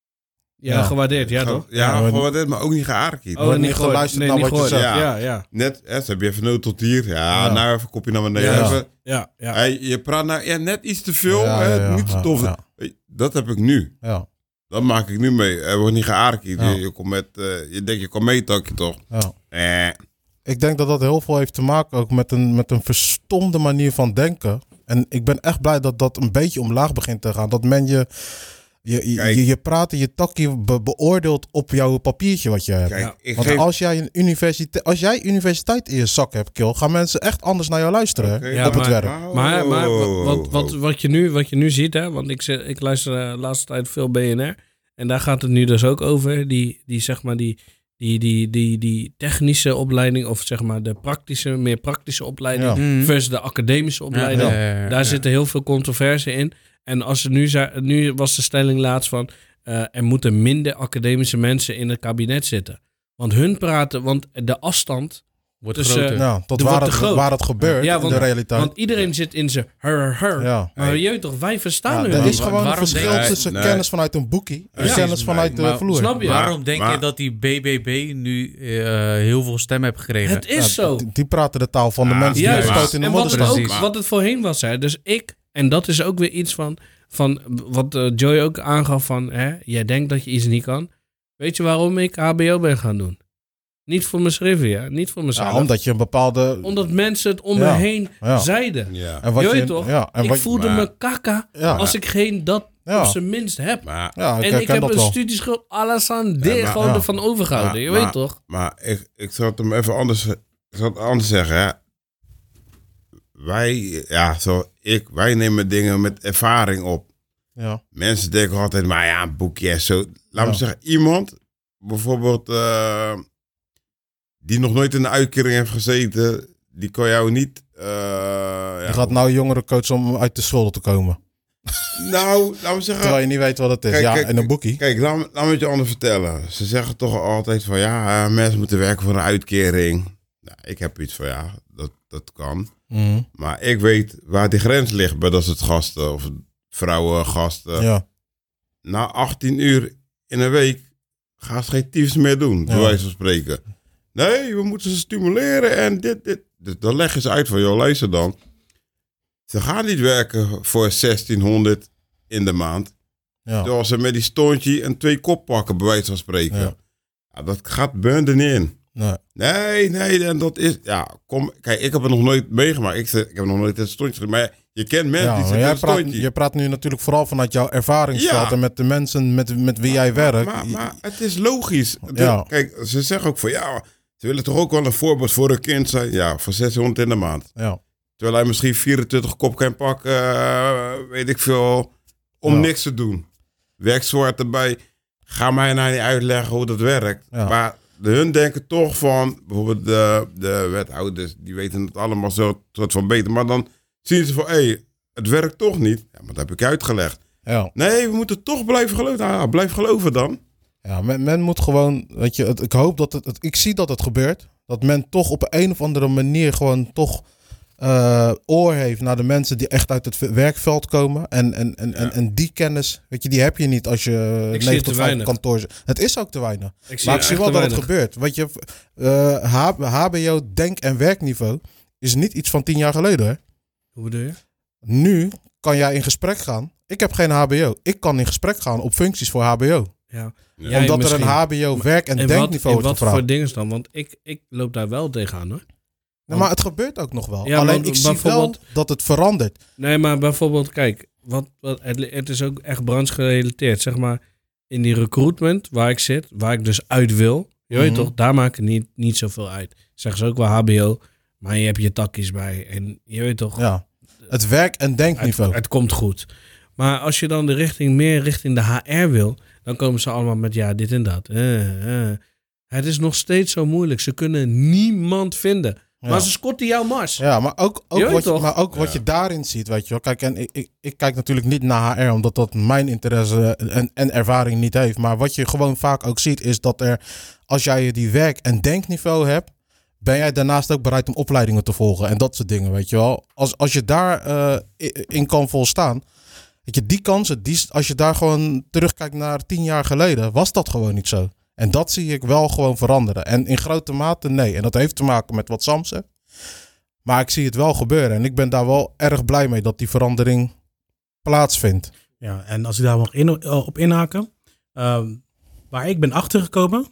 Ja, Ja. gewaardeerd, ja Ge- toch? Ja, Ja, gewaardeerd, maar ook niet geaarkiet. Oh, niet geluisterd nee, naar niet wat je gehoord. zegt. Ja, ja, Net, hè, ze hebben even nul tot hier. Ja, Ja. nou even kopje naar beneden. Ja. Even, ja, ja. hey, je praat nou ja, net iets te veel, Ja, hè, ja, ja, niet te ja, tof. ja. Hey, dat heb ik nu. Ja. Dat maak ik nu mee. Er wordt niet geaarkiet. Ja. Je, je, komt met, uh, je denkt, je komt mee, takje toch? Ja. Eh. Ik denk dat dat heel veel heeft te maken ook met een, met een verstomde manier van denken. En ik ben echt blij dat dat een beetje omlaag begint te gaan. Dat men je, je, je, Kijk. je, je praat en je takje be- beoordeelt op jouw papiertje wat je hebt. Kijk, Ja. ik Want geef... als jij een universiteit, als jij universiteit in je zak hebt, Kill, gaan mensen echt anders naar jou luisteren hè, Oké, Ja, op het maar- werk. Oh, Maar, maar oh, wat, wat, oh. wat, je nu, wat je nu ziet, hè, want ik, zit- ik luister de laatste tijd veel B N R. En daar gaat het nu dus ook over. Die, die, zeg maar, die, die, die, die, die technische opleiding, of zeg maar de praktische, meer praktische opleiding, Ja. Mhm. versus de academische opleiding. Ja, ja, ja, ja. Daar zitten heel veel controverse in. En als ze nu, zei- nu was de stelling laatst van, uh, er moeten minder academische mensen in het kabinet zitten. Want hun praten, want de afstand... Wordt Dus, groter. eh, Nou, tot er waar wordt het, te groot. waar het gebeurt Ja, in want- de realiteit. Want iedereen zit in zijn her, her. ja. Maar je weet toch, wij verstaan Ja, nu er wel. is gewoon een waarom verschil denk je- tussen Nee. kennis vanuit een boekie en Ja. kennis vanuit de Maar- vloer. Snap je? Waarom denk maar- je dat die B B B nu eh, heel veel stem heeft gekregen? Het is Ja, zo. Die, die praten de taal van de Ah, mensen die Juist. gespoten in de En wat modder het, staan. ook, Precies. wat het voorheen was, hè. Dus ik, en dat is ook weer iets van, van wat uh, Joy ook aangaf van, hè, jij denkt dat je iets niet kan. Weet je waarom ik H B O ben gaan doen? Niet voor mijn schrijven, ja. Niet voor mezelf. Ja, omdat je een bepaalde... Omdat mensen het om Ja. me heen Ja. zeiden. Ja. En wat Je je, weet toch? Ja, en ik wat, voelde maar- me kaka Ja. als ik geen dat Ja. op zijn minst heb. Maar, ja, ik en ik herken heb dat een wel. studieschuld alles aan de, Ja, maar- gewoon ja. ervan overgehouden. Maar- je maar- weet toch? maar ik, ik zal het hem even anders, ik zal het anders zeggen. Hè. Wij, ja, zo, ik, wij nemen dingen met ervaring op. Ja. Mensen denken altijd, maar ja, een boekje en zo. Laat Ja. me zeggen, iemand, bijvoorbeeld, uh, die nog nooit in een uitkering heeft gezeten, die kan jou niet... Uh, Je ja, gaat nou jongeren coachen om uit de schulden te komen. nou, laat me zeggen... Terwijl je niet weet wat het is. Kijk, ja, kijk, in een boekie. Kijk, laat me, laat me het je anders vertellen. Ze zeggen toch altijd van ja, uh, mensen moeten werken voor een uitkering. Nou, ik heb iets van ja, dat, dat kan. Mhm. Maar ik weet waar die grens ligt bij dat soort gasten of vrouwen, gasten. Ja. Na achttien uur in een week gaan ze geen tiefs meer doen, bij Ja. wijze van spreken. Nee, we moeten ze stimuleren en dit, dit. Dus dan leggen ze uit van, joh, luister dan. Ze gaan niet werken voor zestienhonderd in de maand. Ja. Terwijl ze met die stoontje en twee kop pakken, bij wijze van spreken. Ja. Ja, dat gaat burn er niet in. Nee. Nee, nee, en dat is... Ja, kom, kijk, ik heb het nog nooit meegemaakt. Ik, zeg, ik heb nog nooit een stoontje gedaan. Maar je kent mensen Ja, die maar zitten jij in een praat, stoontje. je praat nu natuurlijk vooral vanuit jouw ervaringsveld Ja. en met de mensen met, met wie jij werkt. Maar, maar het is logisch. Ja. Kijk, ze zeggen ook van ja, ze willen toch ook wel een voorbeeld voor hun kind zijn. Ja, voor zeshonderd in de maand. Ja. Terwijl hij misschien vierentwintig kop kan pakken, uh, weet ik veel, om Ja. niks te doen. Werk zwart erbij. Ga mij nou niet uitleggen hoe dat werkt. Ja. Maar de, hun denken toch van, bijvoorbeeld de, de wethouders, die weten het allemaal zo soort van beter. Maar dan zien ze van, hé, hey, het werkt toch niet. Ja, maar dat heb ik je uitgelegd. Ja. Nee, we moeten toch blijven geloven. Nou, blijf geloven dan. Ja, men, men moet gewoon, weet je, het, ik hoop dat het, het, ik zie dat het gebeurt. Dat men toch op een of andere manier gewoon toch uh, oor heeft naar de mensen die echt uit het werkveld komen. En, en, en, Ja. en, en die kennis, weet je, die heb je niet als je Ik zie negen het tot te vijf weinig. kantoor zit. Het is ook te weinig. Ik zie Maar ik zie echt wel te dat het weinig. gebeurt. Weet je, uh, H B O denk- en werkniveau is niet iets van tien jaar geleden, hè? Hoe bedoel je? Nu kan jij in gesprek gaan. Ik heb geen H B O. Ik kan in gesprek gaan op functies voor H B O. Ja. Ja, Omdat misschien. er een H B O werk- en En denkniveau wat, in wordt wat gevraagd. voor dingen dan? Want ik, ik loop daar wel tegenaan hoor. Nee, maar het gebeurt ook nog wel. Ja, Alleen maar ik zie wel bijvoorbeeld- dat het verandert. Nee, maar bijvoorbeeld, kijk, wat, wat, het, het is ook echt branchegerelateerd. Zeg maar, in die recruitment waar ik zit, waar ik dus uit wil, je weet Mhm. toch, daar maakt het niet, niet zoveel uit. Zeggen ze ook wel H B O, maar je hebt je takjes bij. En je weet toch, Ja. Het werk- en het, denkniveau. het komt goed. Maar als je dan de richting meer richting de H R wil, dan komen ze allemaal met ja, dit en dat. Eh, eh. Het is nog steeds zo moeilijk. Ze kunnen niemand vinden. Ja. Maar ze scotten jouw mars. Ja, maar ook, ook, je wat, je, toch? maar ook wat Ja. je daarin ziet, weet je wel. Kijk, en ik, ik, ik kijk natuurlijk niet naar H R, omdat dat mijn interesse en, en ervaring niet heeft. Maar wat je gewoon vaak ook ziet, is dat er, als jij die werk- en denkniveau hebt, ben jij daarnaast ook bereid om opleidingen te volgen en dat soort dingen, weet je wel. Als, als je daar uh, in kan volstaan, weet je, die kansen, die, als je daar gewoon terugkijkt naar tien jaar geleden, was dat gewoon niet zo. En dat zie ik wel gewoon veranderen. En in grote mate nee. En dat heeft te maken met wat Sam zegt. Maar ik zie het wel gebeuren. En ik ben daar wel erg blij mee dat die verandering plaatsvindt. Ja, en als ik daar mag in, op inhaken. Um, waar ik ben achtergekomen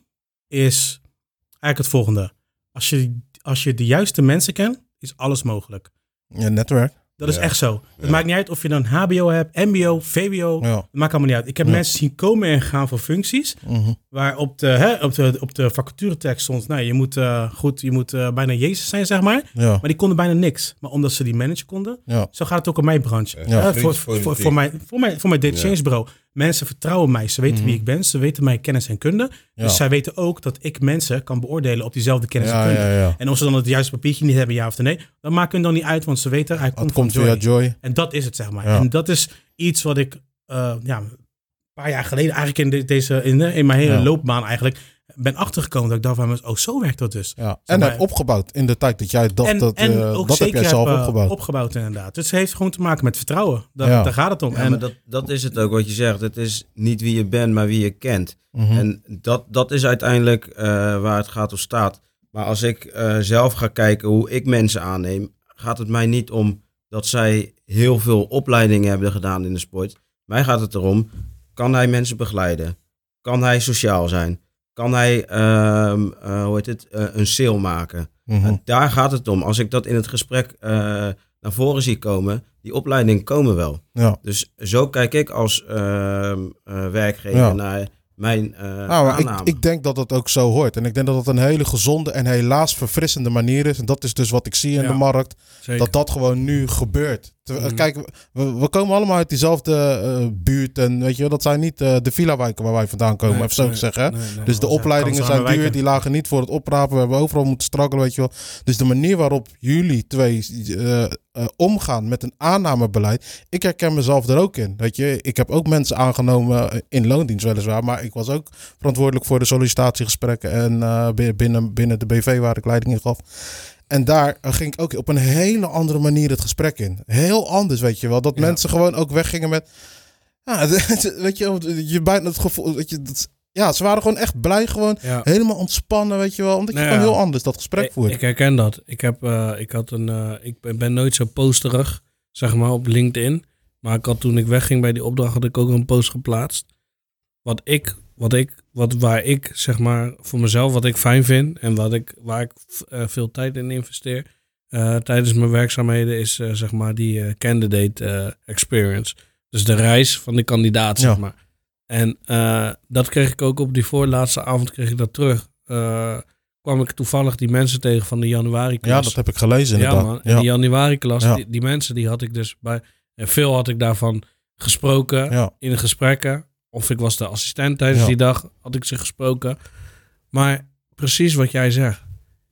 is eigenlijk het volgende. Als je, als je de juiste mensen kent, is alles mogelijk. Ja, netwerk. Dat is Ja. echt zo. Het Ja. maakt niet uit of je dan H B O hebt, M B O, V W O. Ja. Het maakt allemaal niet uit. Ik heb Ja. mensen zien komen en gaan voor functies. Mm-hmm. Waar op de, hè, op de, op de vacaturetekst stond, nou, je moet, uh, goed, je moet uh, bijna Jezus zijn, zeg maar. Ja. Maar die konden bijna niks. Maar omdat ze die manager konden, Ja. zo gaat het ook in mijn branche. Ja. Uh, Ja. voor, voor, voor, mijn, voor, mijn, voor mijn data Ja. change bureau. Mensen vertrouwen mij. Ze weten Mhm. wie ik ben. Ze weten mijn kennis en kunde. Ja. Dus zij weten ook dat ik mensen kan beoordelen op diezelfde kennis Ja, en kunde. ja, ja. En of ze dan het juiste papiertje niet hebben, ja of nee, dan maakt hun dan niet uit, want ze weten, hij komt Het van komt Joy. via Joy. En dat is het, zeg maar. Ja. En dat is iets wat ik uh, ja, een paar jaar geleden eigenlijk in, de, deze, in, de, in mijn hele Ja. loopbaan eigenlijk ben achtergekomen. Dat ik dacht van mezelf, oh, zo werkt dat dus. Ja. Zeg En maar- heb opgebouwd in de tijd dat jij dacht en, dat... en uh, ook dat heb zeker jij zelf heb, uh, opgebouwd. opgebouwd inderdaad. Dus het heeft gewoon te maken met vertrouwen. Dat, Ja. Daar gaat het om. Ja, en, maar dat, dat is het ook wat je zegt. Het is niet wie je bent, maar wie je kent. Mhm. En dat, dat is uiteindelijk uh, waar het gaat of staat. Maar als ik uh, zelf ga kijken hoe ik mensen aanneem, gaat het mij niet om dat zij heel veel opleidingen hebben gedaan in de sport. Mij gaat het erom, kan hij mensen begeleiden? Kan hij sociaal zijn? Kan hij uh, uh, hoe heet het, uh, een sale maken? Mhm. En daar gaat het om. Als ik dat in het gesprek uh, naar voren zie komen, die opleidingen komen wel. Ja. Dus zo kijk ik als uh, uh, werkgever Ja. naar mijn uh, Nou, maar ik, aanname. ik denk dat dat ook zo hoort. En ik denk dat dat een hele gezonde en helaas verfrissende manier is. En dat is dus wat ik zie in Ja. de markt. Zeker. Dat dat gewoon nu gebeurt. Te- Mhm. Kijk, we, we komen allemaal uit diezelfde uh, buurt. En weet je wel, dat zijn niet uh, de villa-wijken waar wij vandaan komen. Nee, even zo nee, te zeggen. Hè? nee, nee. Dus de zijn opleidingen zijn kansarme duur. wijken. Die lagen niet voor het oprapen. We hebben overal moeten struggelen, weet je wel. Dus de manier waarop jullie twee uh, uh, omgaan met een aannamebeleid. Ik herken mezelf er ook in. Weet je, ik heb ook mensen aangenomen in loondienst weliswaar. Maar ik was ook verantwoordelijk voor de sollicitatiegesprekken. En uh, binnen, binnen de B V waar ik leiding in gaf. En daar ging ik ook op een hele andere manier het gesprek in. Heel anders, weet je wel. Dat Ja. mensen gewoon ook weggingen met... Ja, weet je, je bijna het gevoel... Weet je, dat, ja, ze waren gewoon echt blij. Gewoon Ja. helemaal ontspannen, weet je wel. Omdat je Nou gewoon ja. heel anders dat gesprek Ik, voert. ik herken dat. Ik, heb, uh, ik, had een, uh, ik ben- ben nooit zo posterig, zeg maar, op LinkedIn. Maar ik had, toen ik wegging bij die opdracht, had ik ook een post geplaatst. Wat ik, wat ik, wat, waar ik, zeg maar, voor mezelf, wat ik fijn vind en wat ik, waar ik uh, veel tijd in investeer uh, tijdens mijn werkzaamheden, is uh, zeg maar die uh, candidate uh, experience. Dus de reis van de kandidaat, zeg Ja. maar. En uh, dat kreeg ik ook op die voorlaatste avond, kreeg ik dat terug. Uh, kwam ik toevallig die mensen tegen van de januari-klas. Ja, dat heb ik gelezen Ja, inderdaad. man. En die januari-klas, Ja. die, die mensen, die had ik dus bij... En veel had ik daarvan gesproken Ja. in de gesprekken. Of ik was de assistent tijdens Ja. die dag, had ik ze gesproken. Maar precies wat jij zegt.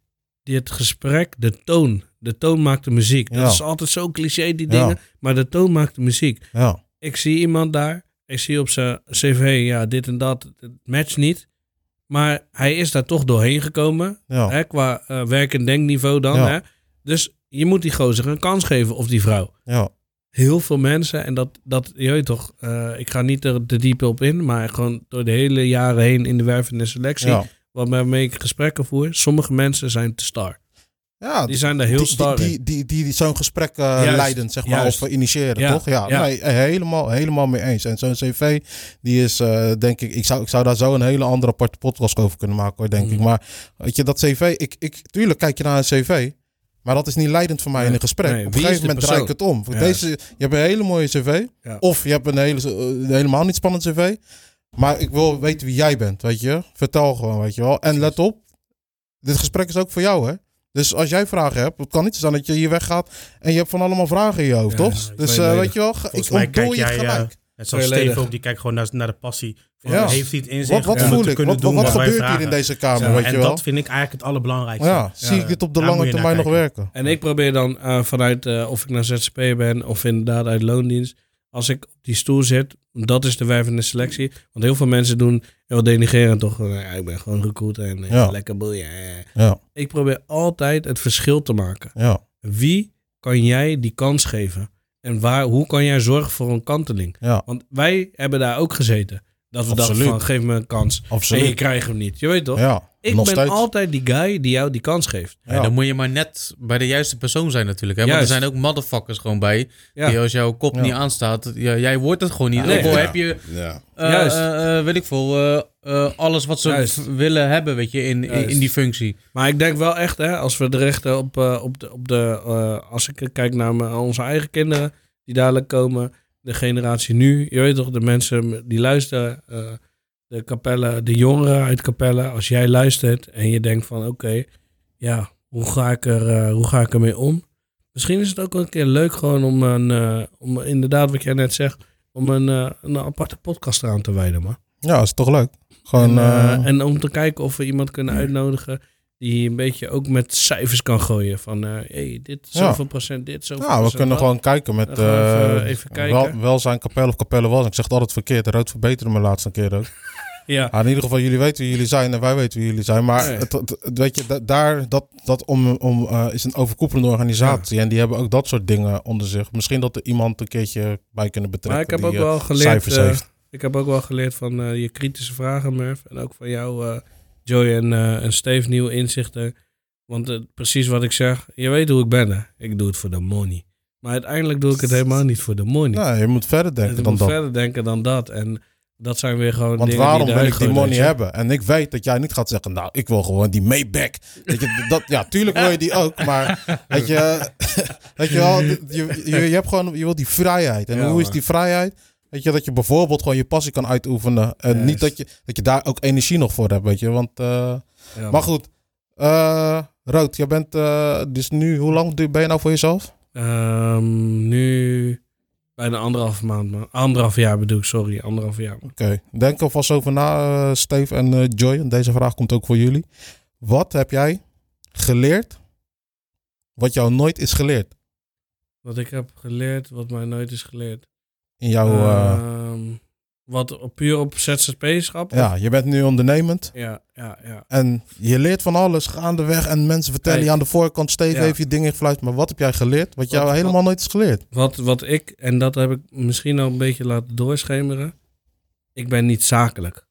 Dit gesprek, de toon. De toon maakt de muziek. Ja. Dat is altijd zo cliché, die Ja. dingen. Maar de toon maakt de muziek. Ja. Ik zie iemand daar. Ik zie op zijn cv, ja, dit en dat. Het matcht niet. Maar hij is daar toch doorheen gekomen. Ja. Hè, qua uh, werk- en denkniveau dan. Ja. Hè? Dus je moet die gozer een kans geven, of die vrouw. Ja. Heel veel mensen, en dat, dat je weet toch, uh, ik ga niet er te diep op in, maar gewoon door de hele jaren heen in de werving en selectie, Ja. waarmee ik gesprekken voer, sommige mensen zijn te star. Ja, Die zijn daar heel die, star die, in. die, die, die, die zo'n gesprek uh, Juist, leiden, zeg maar, juist. of uh, initiëren, Ja, toch? Ja, ja. Nee, helemaal, helemaal mee eens. En zo'n cv, die is, uh, denk ik, ik zou, ik zou daar zo een hele andere aparte podcast over kunnen maken, hoor, denk Mm. ik. Maar, weet je, dat cv, ik, ik, tuurlijk kijk je naar een cv, maar dat is niet leidend voor mij Nee, in een gesprek. nee, Op wie een is gegeven de moment draai ik het om. Ja. Deze, je hebt een hele mooie cv, Ja. of je hebt een hele, uh, helemaal niet spannend cv, maar ik wil weten wie jij bent, weet je. Vertel gewoon, weet je wel. En let op, dit gesprek is ook voor jou, hè. Dus als jij vragen hebt, het kan niet zo zijn dat je hier weggaat en je hebt van allemaal vragen in je hoofd, Ja, toch? ik dus weet uh, het. weet je wel, Volgens ik mij ontdooi kijk je het jij, gelijk. uh, Net zoals Steve ook, die kijkt gewoon naar, naar de passie. Van, Ja. Heeft hij het in zich? Wat, wat om voel het te ik? kunnen Wat, doen wat wat wij gebeurt hier vragen. in deze kamer, Ja, weet en je wel? dat vind ik eigenlijk het allerbelangrijkste. Ja, zie ik dit op de daar lange moet je termijn naar nog kijken. werken? En ik probeer dan uh, vanuit, uh, of ik nou Z Z P'er ben of inderdaad uit loondienst, als ik op die stoel zit, dat is de wervende selectie. Want heel veel mensen doen heel denigrerend toch. Uh, ja, ik ben gewoon recruiter en uh, Ja. lekker boeien. Ja, Ik probeer altijd het verschil te maken. ja. Wie kan jij die kans geven? En waar, hoe kan jij zorgen voor een kanteling? Ja. Want wij hebben daar ook gezeten. Dat we dachten Absoluut. van, geef me een kans. Absoluut. En je krijgt hem niet. Je weet toch? Ja, ik nog ben steeds. altijd die guy die jou die kans geeft. Ja, Ja. dan moet je maar net bij de juiste persoon zijn natuurlijk. Hè? Want Juist. er zijn ook motherfuckers gewoon bij. Ja. Die als jouw kop Ja. niet aanstaat, ja, jij wordt het gewoon niet. Nee. Ook al Ja. heb je, Ja. eh, Juist. eh, eh, weet ik veel, eh, eh, alles wat ze Juist. v- willen hebben, weet je, in, in, Juist. in die functie. Maar ik denk wel echt, hè, als we de rechten op, uh, op de, op de uh, als ik kijk naar mijn, onze eigen kinderen die dadelijk komen, de generatie nu, je weet toch, de mensen die luisteren, uh, de Capelle, de jongeren uit Capelle, als jij luistert en je denkt van, oké, okay, ja, hoe ga ik er, uh, hoe ga ik ermee om? Misschien is het ook wel een keer leuk gewoon om een, uh, om inderdaad wat jij net zegt, om een, uh, een aparte podcast eraan te wijden, man. Ja, is toch leuk? Gewoon, En, uh, uh, en om te kijken of we iemand kunnen uitnodigen die een beetje ook met cijfers kan gooien. Van, uh, hey, dit zoveel Ja. procent, dit zoveel ja, we procent. kunnen dat. gewoon kijken met Dan gaan we even- uh, even kijken. wel, welzijn, Capelle of Capelle welzijn. Ik zeg het altijd verkeerd. De rood verbeterde me laatste keer ook. Ja. Ja, in ieder geval, jullie weten wie jullie zijn en wij weten wie jullie zijn. Maar Nee. het, het- het- weet je, da- daar dat, dat om, om, uh, is een overkoepelende organisatie. En die hebben ook dat soort dingen onder zich. Misschien dat er iemand een keertje bij kunnen betrekken. Maar ik heb ook die, uh, wel geleerd, cijfers uh, heeft. ik heb ook wel geleerd van uh, je kritische vragen, Murph. En ook van jou, uh, Joy en, uh, en Steve, nieuwe inzichten. Want uh, precies wat ik zeg, je weet hoe ik ben. Hè? Ik doe het voor de money. Maar uiteindelijk doe ik het helemaal niet voor de money. Nee, je moet verder denken ik dan moet dat. verder denken dan dat. En dat zijn weer gewoon Want dingen waarom die wil eruit ik die gooien, money weet je. hebben? En ik weet dat jij niet gaat zeggen, nou, ik wil gewoon die Maybach. Weet je, dat, ja, tuurlijk wil je die ook, maar weet je, weet je wel, je, je, je hebt gewoon, je wilt die vrijheid. En Ja, hoe is man. die vrijheid? Weet je, dat je bijvoorbeeld gewoon je passie kan uitoefenen. En Juist. niet dat je, dat je daar ook energie nog voor hebt, weet je. Want, uh, Ja, maar man. goed, uh, Rood, jij bent uh, dus nu, hoe lang ben je nou voor jezelf? Um, nu bijna anderhalf maand, man. Anderhalf jaar bedoel ik, sorry. Anderhalf jaar. Oké, okay. Denk er vast over na, uh, Steve en uh, Joy. En deze vraag komt ook voor jullie. Wat heb jij geleerd wat jou nooit is geleerd? Wat ik heb geleerd, wat mij nooit is geleerd. In jouw... Uh, um, wat op, puur op Z Z P-schap? Ja, je bent nu ondernemend. Ja, ja, ja. En je leert van alles gaandeweg. En mensen vertellen Hey. je aan de voorkant, Steve Ja. heeft je dingen gefluisterd. Maar wat heb jij geleerd wat jou Wat- helemaal wat- nooit is geleerd? Wat, wat ik, en dat heb ik misschien al een beetje laten doorschemeren. Ik ben niet zakelijk.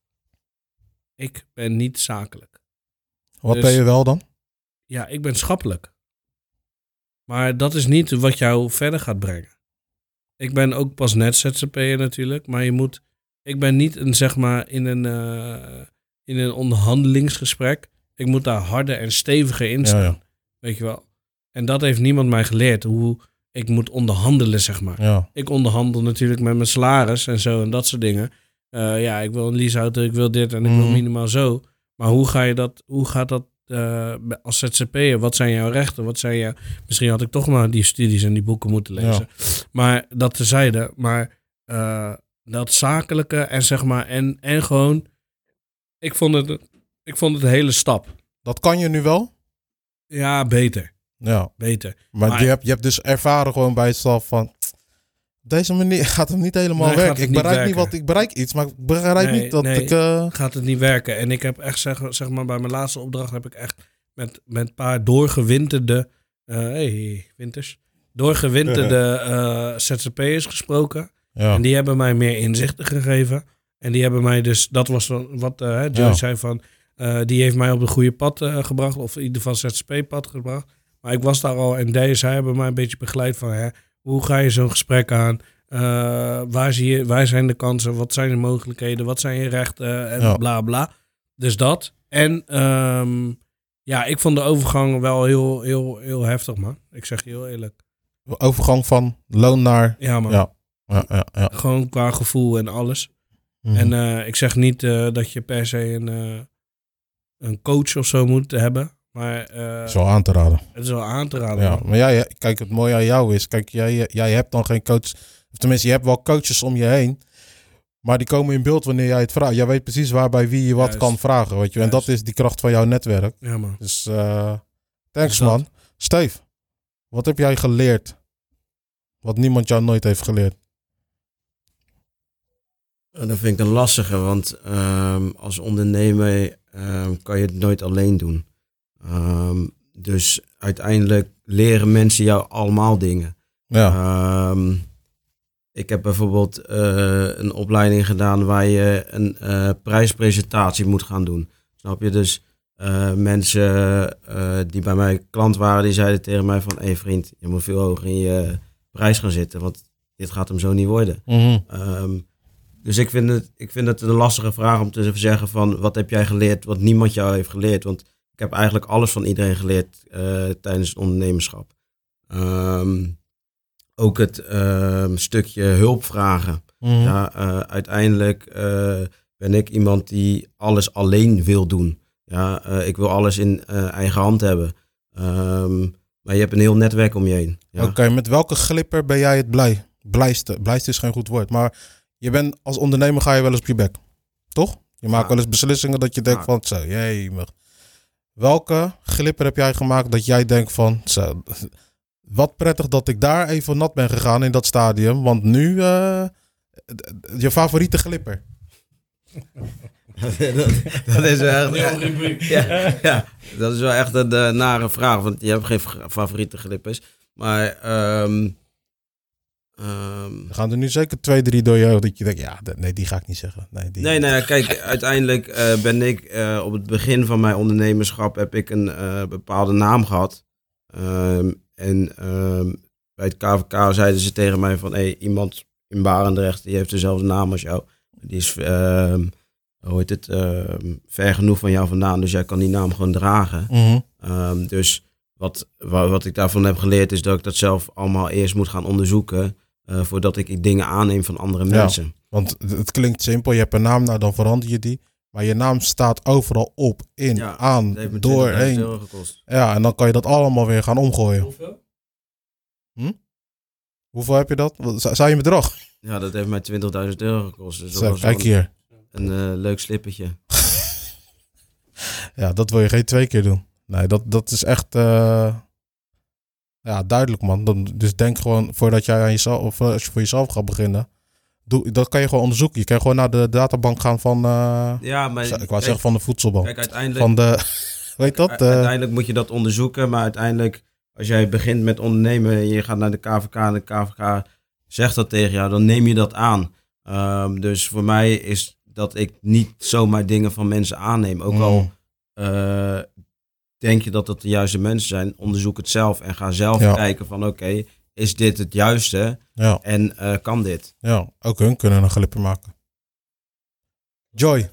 Ik ben niet zakelijk. Wat Dus- ben je wel dan? Ja, ik ben schappelijk. Maar dat is niet wat jou verder gaat brengen. Ik ben ook pas net Z Z P'er natuurlijk. Maar je moet... Ik ben niet een, zeg maar, in een, uh, in een onderhandelingsgesprek. Ik moet daar harder en steviger in staan. Ja, ja. Weet je wel. En dat heeft niemand mij geleerd. Hoe ik moet onderhandelen, zeg maar. Ja, Ik onderhandel natuurlijk met mijn salaris en zo en dat soort dingen. Uh, ja, ik wil een leaseauto, ik wil dit en ik wil Mhm. minimaal zo. Maar hoe ga je dat, hoe gaat dat uh, als Z Z P'er? Wat zijn jouw rechten? Wat zijn jouw... Misschien had ik toch maar die studies en die boeken moeten lezen. Maar dat tezijde. Maar uh, dat zakelijke en zeg maar en, en gewoon... Ik vond het, ik vond het een hele stap. dat kan je nu wel? Ja, beter. Ja, Beter. maar, Maar- je, hebt, je hebt dus ervaren gewoon bij jezelf van... Op deze manier gaat het niet helemaal Nee, gaat werken. het Ik niet bereik niet werken. wat ik bereik iets, maar ik bereik Nee, niet dat nee. ik... Uh, Gaat het niet werken. En ik heb echt, zeg, zeg maar, bij mijn laatste opdracht heb ik echt met, met een paar doorgewinterde, uh, hey, winters, doorgewinterde uh, Z Z P'ers gesproken. ja. En die hebben mij meer inzichten gegeven. En die hebben mij dus, dat was dan wat uh, Joy Ja. zei van, uh, die heeft mij op de goede pad uh, gebracht. Of in ieder geval Z Z P-pad gebracht. Maar ik was daar al en deze, zij hebben mij een beetje begeleid van, hè, hoe ga je zo'n gesprek aan? Uh, waar, zie je, waar zijn de kansen? Wat zijn de mogelijkheden? Wat zijn je rechten? En Ja. bla bla. Dus dat. En um, ja, ik vond de overgang wel heel, heel, heel heftig, man. Ik zeg je heel eerlijk. Overgang van loon naar... Ja, man. Ja, ja, ja. ja. Gewoon qua gevoel en alles. Mhm. En uh, ik zeg niet uh, dat je per se een, uh, een coach of zo moet hebben. Maar uh, Zo aan te raden. het is wel aan te raden. Ja, man. maar jij, kijk, het mooie aan jou is, kijk, jij, jij hebt dan geen coach, of tenminste, je hebt wel coaches om je heen, Maar die komen in beeld wanneer jij het vraagt. Jij weet precies waar bij wie je wat Juist. kan vragen. Weet je? En Juist. dat is die kracht van jouw netwerk. Ja, man. Dus uh, thanks, Dus dat. man. Steve, wat heb jij geleerd? Wat niemand jou nooit heeft geleerd? Dat vind ik een lastige, want um, als ondernemer um, kan je het nooit alleen doen. Um, dus uiteindelijk leren mensen jou allemaal dingen. Ja. Um, ik heb bijvoorbeeld uh, een opleiding gedaan waar je een uh, prijspresentatie moet gaan doen. Snap je? Dus uh, mensen uh, die bij mij klant waren, die zeiden tegen mij van... Hé hey vriend, je moet veel hoger in je prijs gaan zitten, want dit gaat hem zo niet worden. Mm-hmm. Um, dus ik vind, het, ik vind het een lastige vraag om te zeggen van... Wat heb jij geleerd wat niemand jou heeft geleerd? Want ik heb eigenlijk alles van iedereen geleerd uh, tijdens het ondernemerschap. Um, ook het uh, stukje hulp vragen. Mm-hmm. Ja, uh, uiteindelijk uh, ben ik iemand die alles alleen wil doen. Ja, uh, ik wil alles in uh, eigen hand hebben. Um, maar je hebt een heel netwerk om je heen. Ja. Oké, okay, met welke glipper ben jij het blij? Blijste. Blijste is geen goed woord. Maar je bent als ondernemer ga je wel eens op je bek. Toch? Je maakt ja. wel eens beslissingen dat je denkt ja. van zo, jee. Welke glipper heb jij gemaakt dat jij denkt van zo... Wat prettig dat ik daar even nat ben gegaan in dat stadium. Want nu, uh, je favoriete glipper. dat, dat is wel echt, ja, ja, dat is wel echt een uh, nare vraag. Want je hebt geen favoriete glippers. Maar... Um, um, er gaan er nu zeker twee, drie door je dat je denkt, ja, nee, die ga ik niet zeggen. Nee, die... nee, nee, kijk, uiteindelijk uh, ben ik uh, op het begin van mijn ondernemerschap heb ik een uh, bepaalde naam gehad. Um, En um, bij het K V K zeiden ze tegen mij van... Hey, iemand in Barendrecht, die heeft dezelfde naam als jou. Die is, uh, hoe heet het, uh, ver genoeg van jou vandaan. Dus jij kan die naam gewoon dragen. Mm-hmm. Um, dus wat, wat ik daarvan heb geleerd... is dat ik dat zelf allemaal eerst moet gaan onderzoeken... Uh, voordat ik dingen aanneem van andere ja, mensen. Want het klinkt simpel. Je hebt een naam, nou dan verander je die. Maar je naam staat overal op, in, ja, aan, doorheen. Ja, en dan kan je dat allemaal weer gaan omgooien. Hoeveel? Hm? Hoeveel heb je dat? Zei je me bedrag? Ja, dat heeft mij twintigduizend euro gekost. Dus dat Zo, was kijk een, hier. Een uh, leuk slippertje. Ja, dat wil je geen twee keer doen. Nee, dat, dat is echt... Uh, ja, duidelijk man. Dan, dus denk gewoon, voordat jij aan jezelf... of als je voor jezelf gaat beginnen... Doe, dat kan je gewoon onderzoeken. Je kan gewoon naar de databank gaan van... Uh, ja, maar... Ik wou kijk, zeggen van de voedselbank. Kijk, uiteindelijk... Van de... Weet dat? U, uiteindelijk moet je dat onderzoeken. Maar uiteindelijk, als jij begint met ondernemen... en je gaat naar de K V K en de K V K zegt dat tegen jou... dan neem je dat aan. Um, dus voor mij is dat ik niet zomaar dingen van mensen aanneem. Ook mm. al uh, denk je dat dat de juiste mensen zijn... onderzoek het zelf en ga zelf ja. kijken van... oké, okay, is dit het juiste? Ja. En uh, kan dit? Ja, ook hun kunnen een glipper maken. Joy.